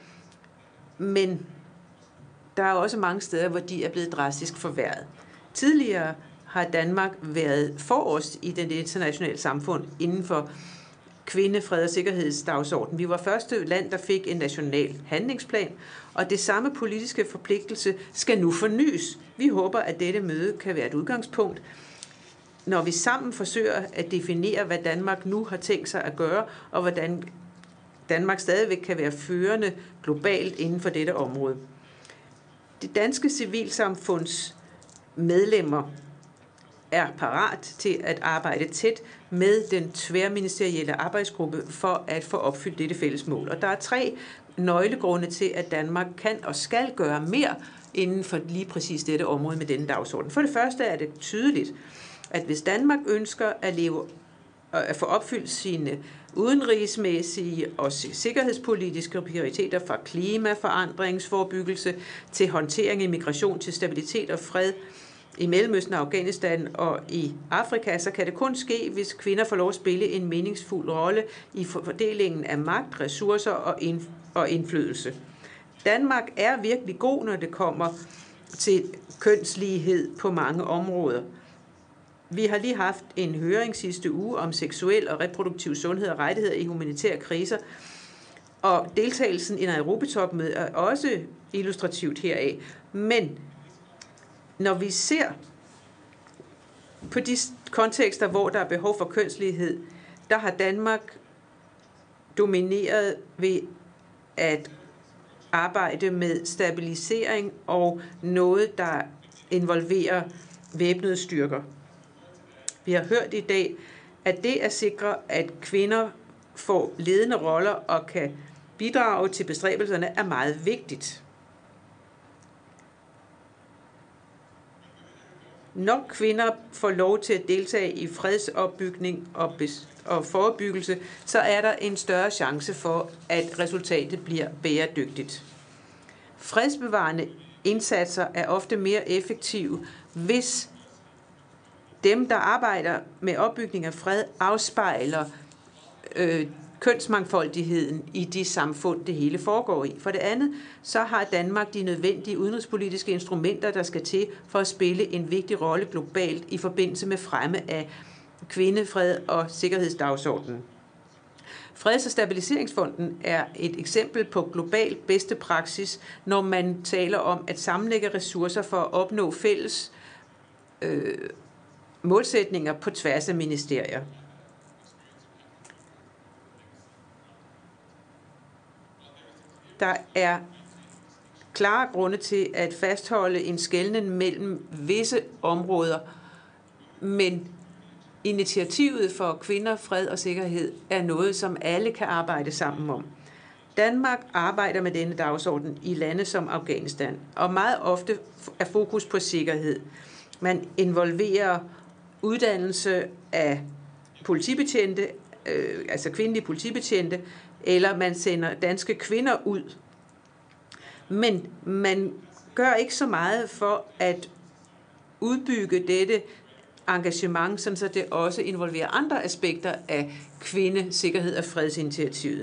men der er også mange steder, hvor de er blevet drastisk forværret. Tidligere har Danmark været forrest i det internationale samfund inden for kvinde-, fred- og sikkerhedsdagsorden. Vi var første land, der fik en national handlingsplan, og det samme politiske forpligtelse skal nu fornyes. Vi håber, at dette møde kan være et udgangspunkt, når vi sammen forsøger at definere, hvad Danmark nu har tænkt sig at gøre, og hvordan Danmark stadigvæk kan være førende globalt inden for dette område. Det danske civilsamfunds medlemmer er parat til at arbejde tæt med den tværministerielle arbejdsgruppe for at få opfyldt dette fælles mål. Og der er tre nøglegrunde til, at Danmark kan og skal gøre mere inden for lige præcis dette område med denne dagsorden. For det første er det tydeligt, at hvis Danmark ønsker at leve at få opfyldt sine udenrigsmæssige og sikkerhedspolitiske prioriteter fra klimaforandringsforebyggelse til håndtering af migration til stabilitet og fred i Mellemøsten, Afghanistan og i Afrika, så kan det kun ske, hvis kvinder får lov at spille en meningsfuld rolle i fordelingen af magt, ressourcer og indflydelse. Danmark er virkelig god, når det kommer til kønslighed på mange områder. Vi har lige haft en høring sidste uge om seksuel og reproduktiv sundhed og rettigheder i humanitære kriser, og deltagelsen i Nairobi-topmødet er også illustrativt heraf. Men når vi ser på de kontekster, hvor der er behov for kønslighed, der har Danmark domineret ved at arbejde med stabilisering og noget, der involverer væbnede styrker. Vi har hørt i dag, at det at sikre, at kvinder får ledende roller og kan bidrage til bestræbelserne, er meget vigtigt. Når kvinder får lov til at deltage i fredsopbygning og, og forebyggelse, så er der en større chance for, at resultatet bliver bæredygtigt. Fredsbevarende indsatser er ofte mere effektive, hvis dem, der arbejder med opbygning af fred, afspejler øh, kønsmangfoldigheden i de samfund, det hele foregår i. For det andet, så har Danmark de nødvendige udenrigspolitiske instrumenter, der skal til for at spille en vigtig rolle globalt i forbindelse med fremme af kvinde-, fred- og sikkerhedsdagsordenen. Freds- og Stabiliseringsfonden er et eksempel på global bedste praksis, når man taler om at sammenlægge ressourcer for at opnå fælles øh, målsætninger på tværs af ministerier. Der er klare grunde til at fastholde en skelnen mellem visse områder, men initiativet for kvinder, fred og sikkerhed er noget, som alle kan arbejde sammen om. Danmark arbejder med denne dagsorden i lande som Afghanistan, og meget ofte er fokus på sikkerhed. Man involverer uddannelse af politibetjente, øh, altså kvindelige politibetjente, eller man sender danske kvinder ud. Men man gør ikke så meget for at udbygge dette engagement, så det også involverer andre aspekter af kvinde-, sikkerhed og fredsinitiativet.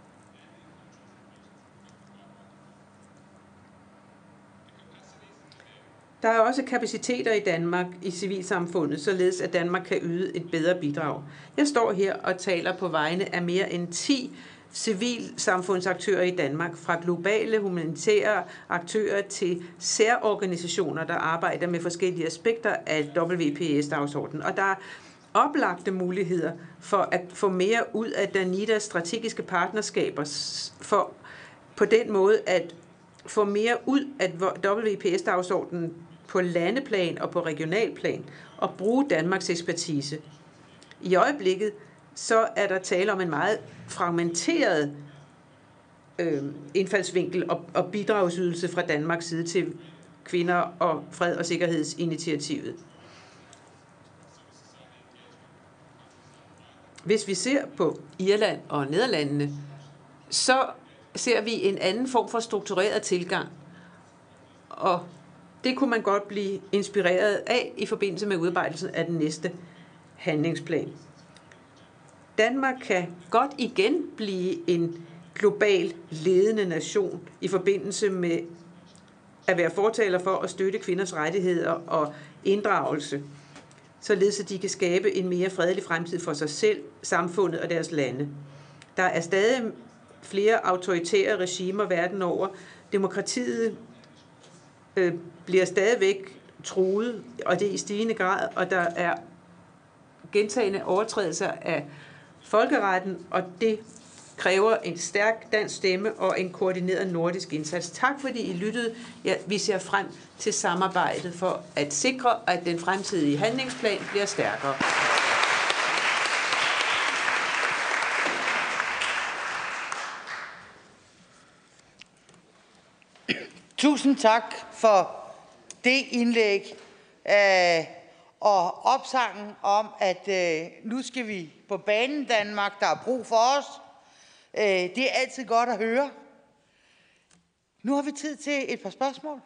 Der er også kapaciteter i Danmark i civilsamfundet, således at Danmark kan yde et bedre bidrag. Jeg står her og taler på vegne af mere end ti civilsamfundsaktører i Danmark, fra globale humanitære aktører til særorganisationer, der arbejder med forskellige aspekter af W P S-dagsordenen. Og der er oplagte muligheder for at få mere ud af Danidas strategiske partnerskaber, for på den måde at få mere ud af W P S-dagsordenen på landeplan og på regionalplan og bruge Danmarks ekspertise. I øjeblikket så er der tale om en meget fragmenteret øh, indfaldsvinkel og, og bidragsydelse fra Danmarks side til kvinder og fred- og sikkerhedsinitiativet. Hvis vi ser på Irland og Nederlandene, så ser vi en anden form for struktureret tilgang, og det kunne man godt blive inspireret af i forbindelse med udarbejdelsen af den næste handlingsplan. Danmark kan godt igen blive en global ledende nation i forbindelse med at være fortaler for at støtte kvinders rettigheder og inddragelse. således at de kan skabe en mere fredelig fremtid for sig selv, samfundet og deres lande. Der er stadig flere autoritære regimer verden over. Demokratiet øh, bliver stadigvæk truet, og det er i stigende grad, og der er gentagne overtrædelser af folkeretten, og det kræver en stærk dansk stemme og en koordineret nordisk indsats. Tak fordi I lyttede. Ja, vi ser frem til samarbejdet for at sikre, at den fremtidige handlingsplan bliver stærkere. Tusind tak for det indlæg øh, og opsangen om, at øh, nu skal vi på banen, Danmark, der er brug for os. Øh, det er altid godt at høre. Nu har vi tid til et par spørgsmål.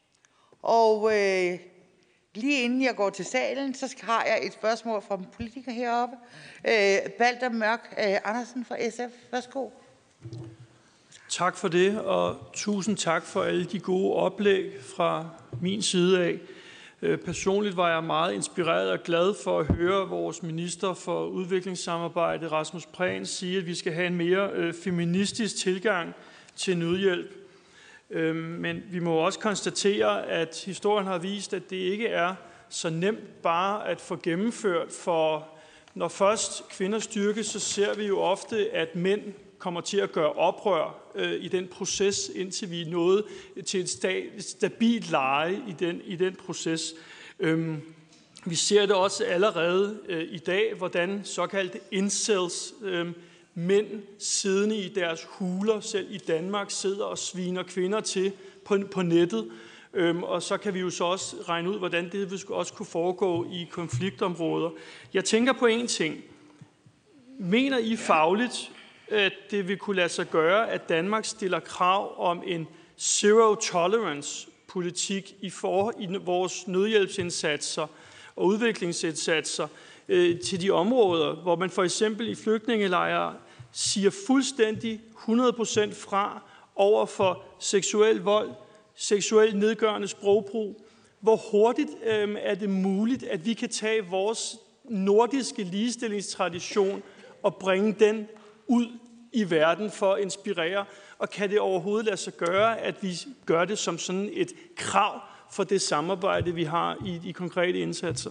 Og øh, lige inden jeg går til salen, så har jeg et spørgsmål fra en politiker heroppe. Øh, Balder Mørk øh, Andersen fra S F. Værsgo. Tak for det, og tusind tak for alle de gode oplæg fra min side af. Personligt var jeg meget inspireret og glad for at høre vores minister for udviklingssamarbejde, Rasmus Prehn, sige, at vi skal have en mere feministisk tilgang til nødhjælp. Men vi må også konstatere, at historien har vist, at det ikke er så nemt bare at få gennemført, for når først kvinder styrkes, så ser vi jo ofte, at mænd kommer til at gøre oprør øh, i den proces, indtil vi er nået til et, sta- et stabilt leje i den, i den proces. Øhm, vi ser det også allerede øh, i dag, hvordan såkaldte incels, øh, mænd siddende i deres huler, selv i Danmark, sidder og sviner kvinder til på, på nettet. Øhm, og så kan vi jo så også regne ud, hvordan det også kunne foregå i konfliktområder. Jeg tænker på en ting. Mener I fagligt, at det vil kunne lade sig gøre, at Danmark stiller krav om en zero tolerance politik i, for, i vores nødhjælpsindsatser og udviklingsindsatser øh, til de områder, hvor man for eksempel i flygtningelejre siger fuldstændig hundrede procent fra over for seksuel vold, seksuel nedgørende sprogbrug. Hvor hurtigt øh, er det muligt, at vi kan tage vores nordiske ligestillingstradition og bringe den ud i verden for at inspirere, og kan det overhovedet lade sig gøre, at vi gør det som sådan et krav for det samarbejde, vi har i de konkrete indsatser?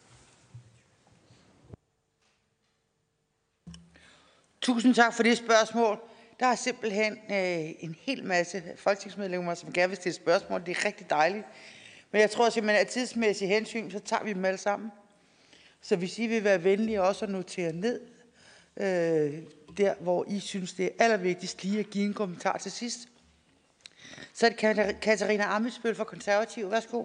Tusind tak for det spørgsmål. Der er simpelthen øh, en hel masse folketingsmedlemmer, som gerne vil stille spørgsmål. Det er rigtig dejligt. Men jeg tror simpelthen, at tidsmæssig hensyn, så tager vi dem alle sammen. Så hvis I vil være venlige også at notere ned, øh, der hvor I synes, det er allervigtigst lige at give en kommentar til sidst. Så er det Katarina Ammitzbøll fra Konservativ. Værsgo.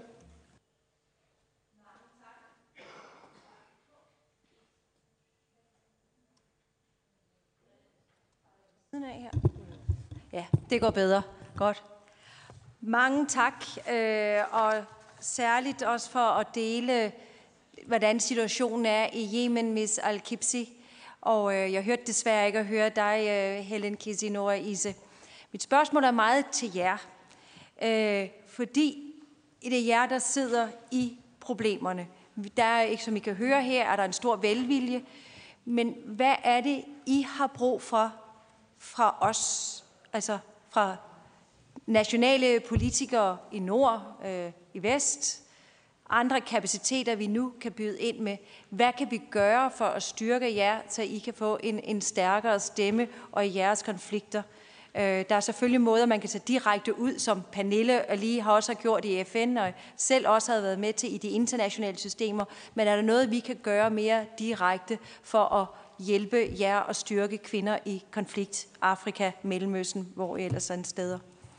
Ja, det går bedre. Godt. Mange tak, øh, og særligt også for at dele, hvordan situationen er i Yemen, Miss Al-Kibsi. Og øh, jeg hørte desværre ikke at høre dig, øh, Helen Kizinoa Ise. Mit spørgsmål er meget til jer, øh, fordi det er jer, der sidder i problemerne. Der er ikke, som I kan høre her, er der en stor velvilje. Men hvad er det, I har brug for fra os, altså fra nationale politikere i nord, øh, i vest, andre kapaciteter, vi nu kan byde ind med? Hvad kan vi gøre for at styrke jer, så I kan få en, en stærkere stemme og i jeres konflikter? Øh, der er selvfølgelig måder, man kan tage direkte ud, som Pernille og lige har også har gjort i F N, og selv også har været med til i de internationale systemer. Men er der noget, vi kan gøre mere direkte for at hjælpe jer og styrke kvinder i konflikt, Afrika, Mellemøsten, hvor ellers er steder?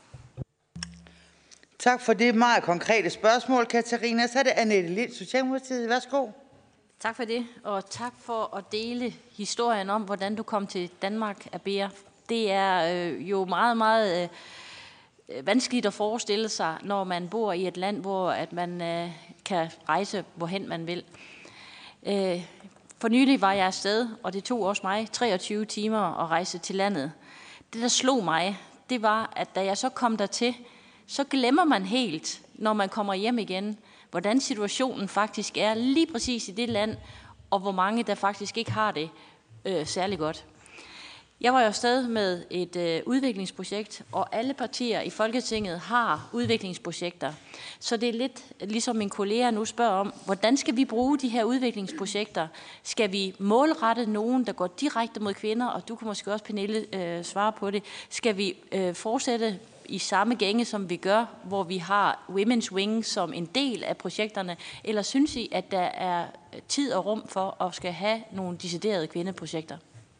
Tak for det meget konkrete spørgsmål, Katarina. Så er det Annette Lind, Socialdemokratiet. Værsgo. Tak for det, og tak for at dele historien om, hvordan du kom til Danmark, Abea. Det er øh, jo meget, meget øh, vanskeligt at forestille sig, når man bor i et land, hvor at man øh, kan rejse, hvorhen man vil. Øh, for nylig var jeg afsted, og det tog også mig treogtyve timer at rejse til landet. Det, der slog mig, det var, at da jeg så kom dertil, så glemmer man helt, når man kommer hjem igen, hvordan situationen faktisk er lige præcis i det land, og hvor mange der faktisk ikke har det øh, særlig godt. Jeg var jo afsted med et øh, udviklingsprojekt, og alle partier i Folketinget har udviklingsprojekter. Så det er lidt ligesom min kollega nu spørger om, hvordan skal vi bruge de her udviklingsprojekter? Skal vi målrette nogen, der går direkte mod kvinder, og du kan måske også, Pernille, øh, svare på det. Skal vi øh, fortsætte i samme gænge, som vi gør, hvor vi har Women's Wing som en del af projekterne, eller synes I, at der er tid og rum for at skal have nogle deciderede kvindeprojekter?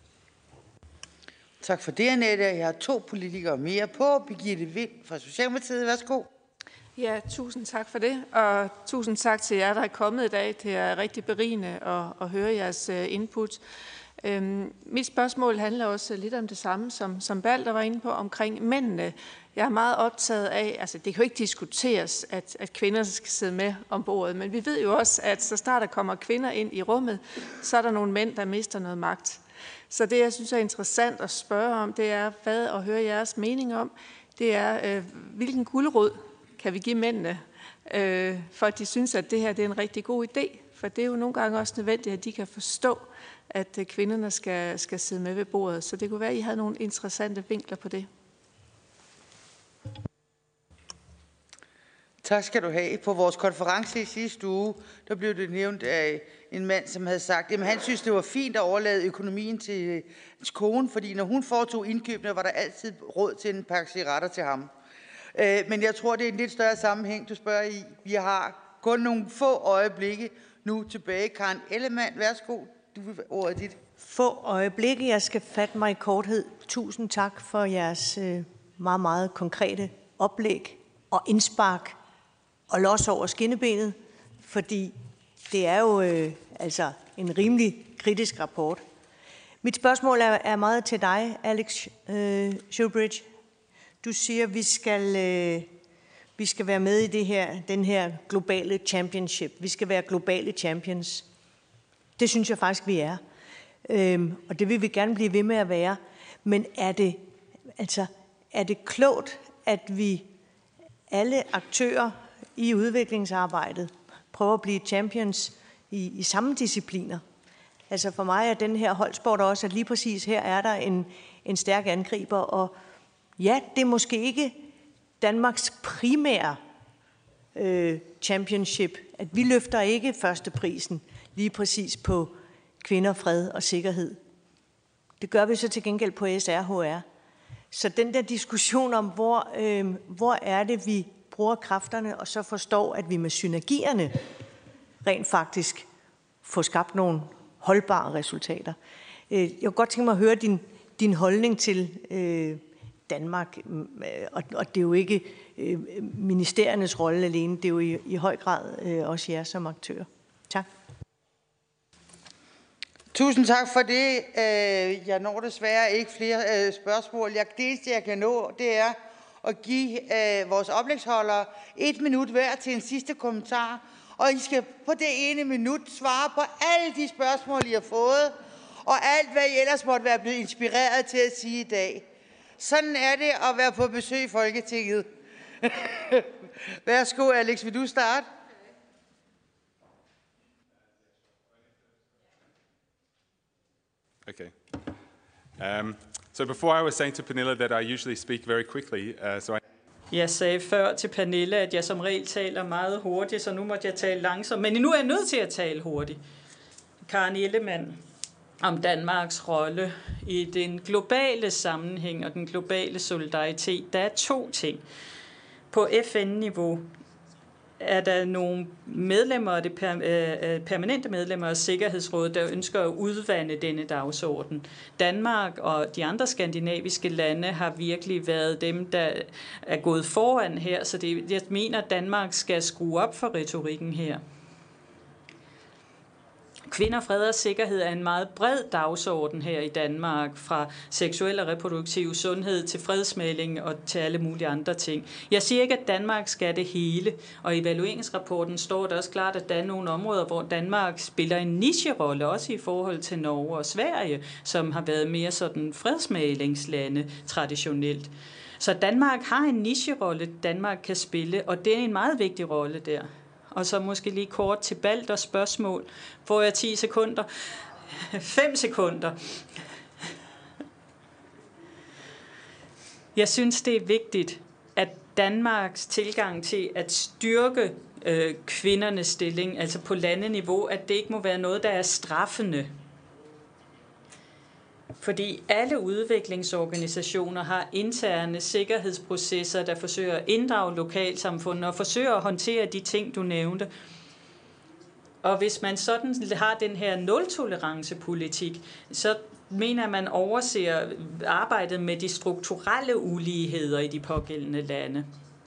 Tak for det, Annette. Jeg har to politikere mere på. Birgitte Vind fra Socialdemokratiet. Værsgo. Ja, tusind tak for det, og tusind tak til jer, der er kommet i dag. Det er rigtig berigende at, at høre jeres input. Øhm, mit spørgsmål handler også lidt om det samme, som, som Balder var inde på, omkring mændene. Jeg er meget optaget af, altså det kan jo ikke diskuteres, at, at kvinder skal sidde med om bordet, men vi ved jo også, at så snart der kommer kvinder ind i rummet, så er der nogle mænd, der mister noget magt. Så det, jeg synes er interessant at spørge om, det er, hvad at høre jeres mening om, det er, øh, hvilken gulerod kan vi give mændene, øh, for at de synes, at det her det er en rigtig god idé. For det er jo nogle gange også nødvendigt, at de kan forstå, at øh, kvinderne skal, skal sidde med ved bordet. Så det kunne være, at I havde nogle interessante vinkler på det. Tak skal du have. På vores konference i sidste uge, der blev det nævnt af en mand, som havde sagt, at han synes, det var fint at overlade økonomien til hans kone, fordi når hun foretog indkøbene, var der altid råd til en pakke cigaretter til ham. Men jeg tror, det er en lidt større sammenhæng, du spørger i. Vi har kun nogle få øjeblikke nu tilbage. Karen Ellemann, værsgo. Du vil ordet dit. Få øjeblikke. Jeg skal fatte mig i korthed. Tusind tak for jeres meget, meget konkrete oplæg og indspark og los over skinnebenet, fordi det er jo øh, altså en rimelig kritisk rapport. Mit spørgsmål er, er meget til dig, Alex øh, Shoebridge. Du siger, at vi skal, øh, vi skal være med i det her, den her globale championship. Vi skal være globale champions. Det synes jeg faktisk, vi er. Øhm, og det vil vi gerne blive ved med at være. Men er det, altså, er det klogt, at vi alle aktører i udviklingsarbejdet prøver at blive champions i, i samme discipliner? Altså for mig er den her holdsport også, at lige præcis her er der en, en stærk angriber, og ja, det er måske ikke Danmarks primære øh, championship, at vi løfter ikke førsteprisen lige præcis på kvinder, fred og sikkerhed. Det gør vi så til gengæld på S R H R. Så den der diskussion om, hvor, øh, hvor er det, vi bruger kræfterne, og så forstår, at vi med synergierne rent faktisk får skabt nogle holdbare resultater. Jeg kunne godt tænke mig at høre din, din holdning til øh, Danmark, og, og det er jo ikke øh, ministeriernes rolle alene, det er jo i, i høj grad øh, også jer som aktører. Tak. Tusind tak for det. Jeg når desværre ikke flere spørgsmål. Jeg, det eneste, jeg kan nå, det er at give vores oplægsholdere et minut hver til en sidste kommentar. Og I skal på det ene minut svare på alle de spørgsmål, I har fået, og alt, hvad I ellers måtte være blevet inspireret til at sige i dag. Sådan er det at være på besøg i Folketinget. Værsgo, Alex, vil du starte? Okay. Um, so before I was saying to Pernille that I usually speak very quickly, uh, so I... Jeg sagde før til Pernille, at jeg som regel taler meget hurtigt, så nu måtte jeg tale langsomt. Men nu er jeg nødt til at tale hurtigt. Karen Ellemann, om Danmarks rolle i den globale sammenhæng og den globale solidaritet. Der er to ting. På F N-niveau er der nogle medlemmer, det per, øh, permanente medlemmer af Sikkerhedsrådet, der ønsker at udvande denne dagsorden. Danmark og de andre skandinaviske lande har virkelig været dem, der er gået foran her, så det, jeg mener, at Danmark skal skrue op for retorikken her. Kvinder, fred og sikkerhed er en meget bred dagsorden her i Danmark, fra seksuel og reproduktiv sundhed til fredsmægling og til alle mulige andre ting. Jeg siger ikke, at Danmark skal det hele, og i evalueringsrapporten står der også klart, at der er nogle områder, hvor Danmark spiller en nicherolle, også i forhold til Norge og Sverige, som har været mere sådan fredsmæglingslande traditionelt. Så Danmark har en nicherolle, Danmark kan spille, og det er en meget vigtig rolle der. og så måske lige kort til Balders spørgsmål. Får jeg ti sekunder? fem sekunder. Jeg synes, det er vigtigt, at Danmarks tilgang til at styrke øh, kvindernes stilling, altså på landeniveau, at det ikke må være noget, der er straffende. Fordi alle udviklingsorganisationer har interne sikkerhedsprocesser, der forsøger at inddrage lokalsamfundet og forsøger at håndtere de ting, du nævnte. Og hvis man sådan har den her nul-tolerance-politik, så mener jeg, man overser arbejdet med de strukturelle uligheder i de pågældende lande.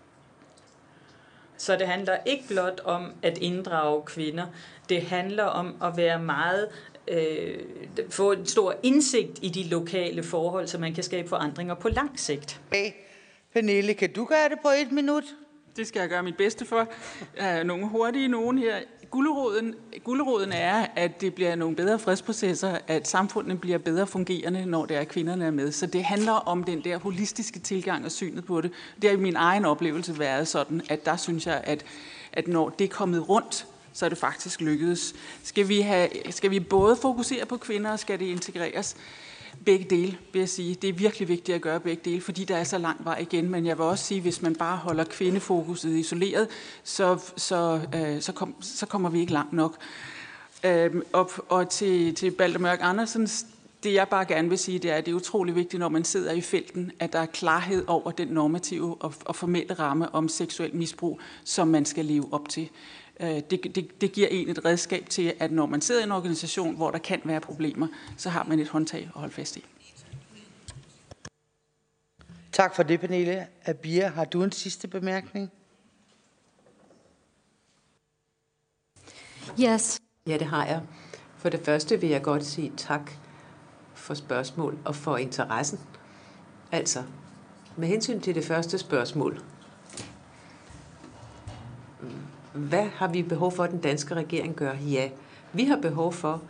Så det handler ikke blot om at inddrage kvinder. Det handler om at være meget øh, få en stor indsigt i de lokale forhold, så man kan skabe forandringer på lang sigt. Hey, Pernille, kan du gøre det på et minut? Det skal jeg gøre mit bedste for. Uh, nogle hurtige nogen her. Guleroden, guleroden er, at det bliver nogle bedre fredsprocesser, at samfundene bliver bedre fungerende, når det er kvinderne er med. Så det handler om den der holistiske tilgang og synet på det. Det har i min egen oplevelse været sådan, at der synes jeg, at, at når det er kommet rundt, så er det faktisk lykkedes. Skal vi, have, skal vi både fokusere på kvinder, og skal det integreres? Begge dele, vil jeg sige. Det er virkelig vigtigt at gøre begge dele, fordi der er så lang vej igen. Men jeg vil også sige, at hvis man bare holder kvindefokuset isoleret, så, så, øh, så, kom, så kommer vi ikke langt nok. Øh, og og til, til Balder Mørk Andersens, det jeg bare gerne vil sige, det er, at det er utrolig vigtigt, når man sidder i felten, at der er klarhed over den normative og, og formelle ramme om seksuel misbrug, som man skal leve op til. Det, det, det giver en et redskab til, at når man sidder i en organisation, hvor der kan være problemer, så har man et håndtag at holde fast i. Tak for det, Pernille. Abir, har du en sidste bemærkning? Yes. Ja, det har jeg. For det første vil jeg godt sige tak for spørgsmål og for interessen. Altså, med hensyn til det første spørgsmål. Hvad har vi behov for, at den danske regering gør? Ja, vi har behov for,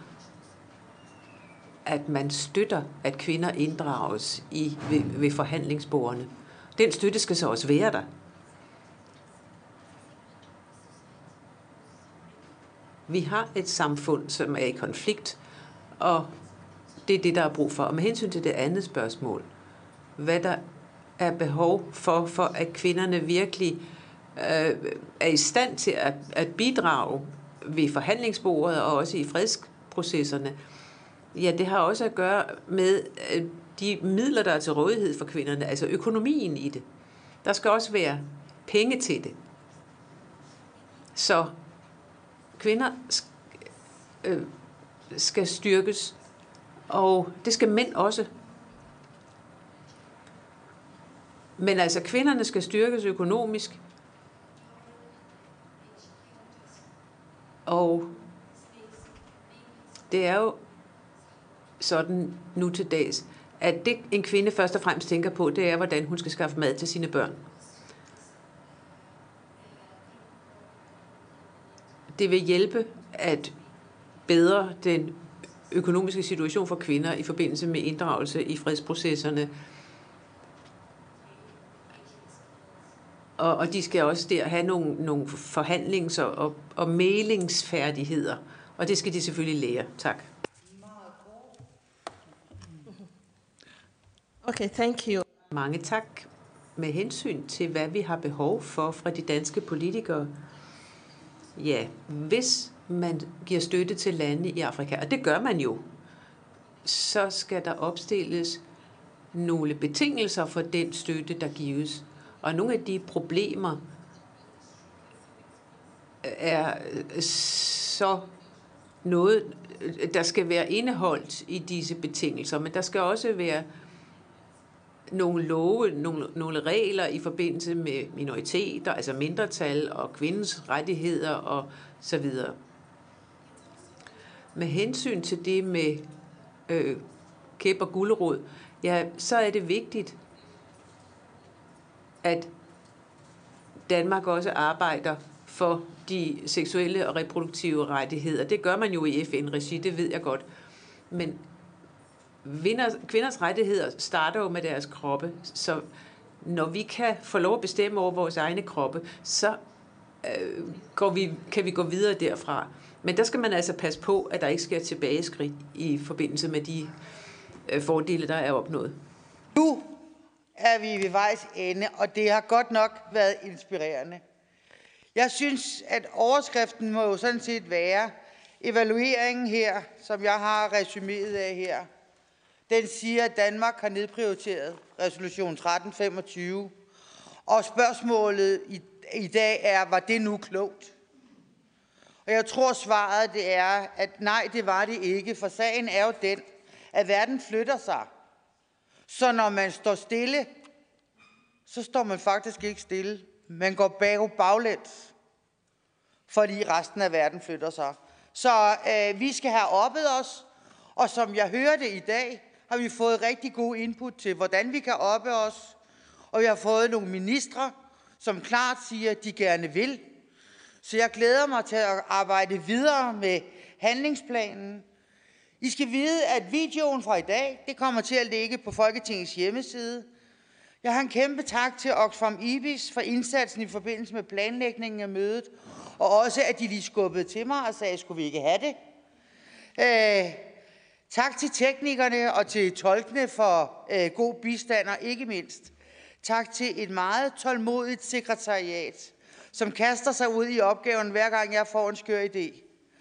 at man støtter, at kvinder inddrages i, ved, ved forhandlingsbordene. Den støtte skal så også være der. Vi har et samfund, som er i konflikt, og det er det, der er brug for. Og med hensyn til det andet spørgsmål, hvad der er behov for, for at kvinderne virkelig er i stand til at, at bidrage ved forhandlingsbordet og også i fredsprocesserne, ja, det har også at gøre med de midler, der er til rådighed for kvinderne, altså økonomien i det. Der skal også være penge til det. Så kvinder øh, skal styrkes, og det skal mænd også. Men altså, kvinderne skal styrkes økonomisk, og det er jo sådan nu til dags, at det en kvinde først og fremmest tænker på, det er, hvordan hun skal skaffe mad til sine børn. Det vil hjælpe at bedre den økonomiske situation for kvinder i forbindelse med inddragelse i fredsprocesserne. Og, og de skal også der have nogle, nogle forhandlings- og, og, og mailingsfærdigheder. Og det skal de selvfølgelig lære. Tak. Okay, thank you. Mange tak. Med hensyn til, hvad vi har behov for fra de danske politikere. Ja, hvis man giver støtte til lande i Afrika, og det gør man jo, så skal der opstilles nogle betingelser for den støtte, der gives. Og nogle af de problemer er så noget, der skal være indeholdt i disse betingelser, men der skal også være nogle love, nogle, nogle regler i forbindelse med minoriteter, altså mindretal og kvindens rettigheder og så videre. Med hensyn til det med øh, kæp og gulerod, ja, så er det vigtigt, at Danmark også arbejder for de seksuelle og reproduktive rettigheder. Det gør man jo i F N-regi, det ved jeg godt. Men kvinders, kvinders rettigheder starter jo med deres kroppe, så når vi kan få lov at bestemme over vores egne kroppe, så øh, går vi, kan vi gå videre derfra. Men der skal man altså passe på, at der ikke sker tilbageskridt i forbindelse med de øh, fordele, der er opnået. Nu er vi ved vejs ende, og det har godt nok været inspirerende. Jeg synes, at overskriften må jo sådan set være, evalueringen her, som jeg har resumeret af her, den siger, at Danmark har nedprioriteret resolution tretten femogtyve. Og spørgsmålet i, i dag er, var det nu klogt? Og jeg tror, svaret det er, at nej, det var det ikke. For sagen er jo den, at verden flytter sig. Så når man står stille, så står man faktisk ikke stille. Man går bag baglæns, fordi resten af verden flytter sig. Så øh, vi skal have oppet os, og som jeg hører det i dag, har vi fået rigtig god input til, hvordan vi kan oppe os. Og vi har fået nogle ministre, som klart siger, at de gerne vil. Så jeg glæder mig til at arbejde videre med handlingsplanen. I skal vide, at videoen fra i dag, det kommer til at ligge på Folketingets hjemmeside. Jeg har en kæmpe tak til Oxfam Ibis for indsatsen i forbindelse med planlægningen af mødet, og også at de lige skubbede til mig og sagde, skulle vi ikke have det? Øh, tak til teknikerne og til tolkene for øh, god bistand, og ikke mindst tak til et meget tålmodigt sekretariat, som kaster sig ud i opgaven, hver gang jeg får en skør idé.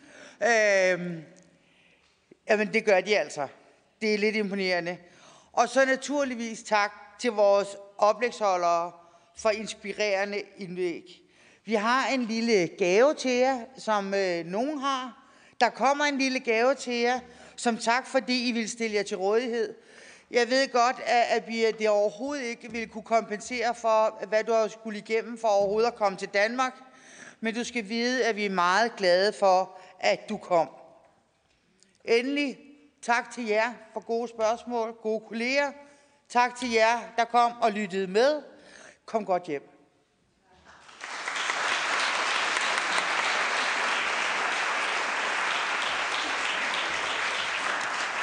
Øh, jamen, det gør de altså. Det er lidt imponerende. Og så naturligvis tak til vores oplægsholdere for inspirerende indlæg. Vi har en lille gave til jer, som øh, nogen har. Der kommer en lille gave til jer, som tak, fordi I vil stille jer til rådighed. Jeg ved godt, at, at vi det overhovedet ikke vil kunne kompensere for, hvad du har skulle igennem for overhovedet at komme til Danmark. Men du skal vide, at vi er meget glade for, at du kom. Endelig tak til jer for gode spørgsmål, gode kolleger. Tak til jer, der kom og lyttede med. Kom godt hjem.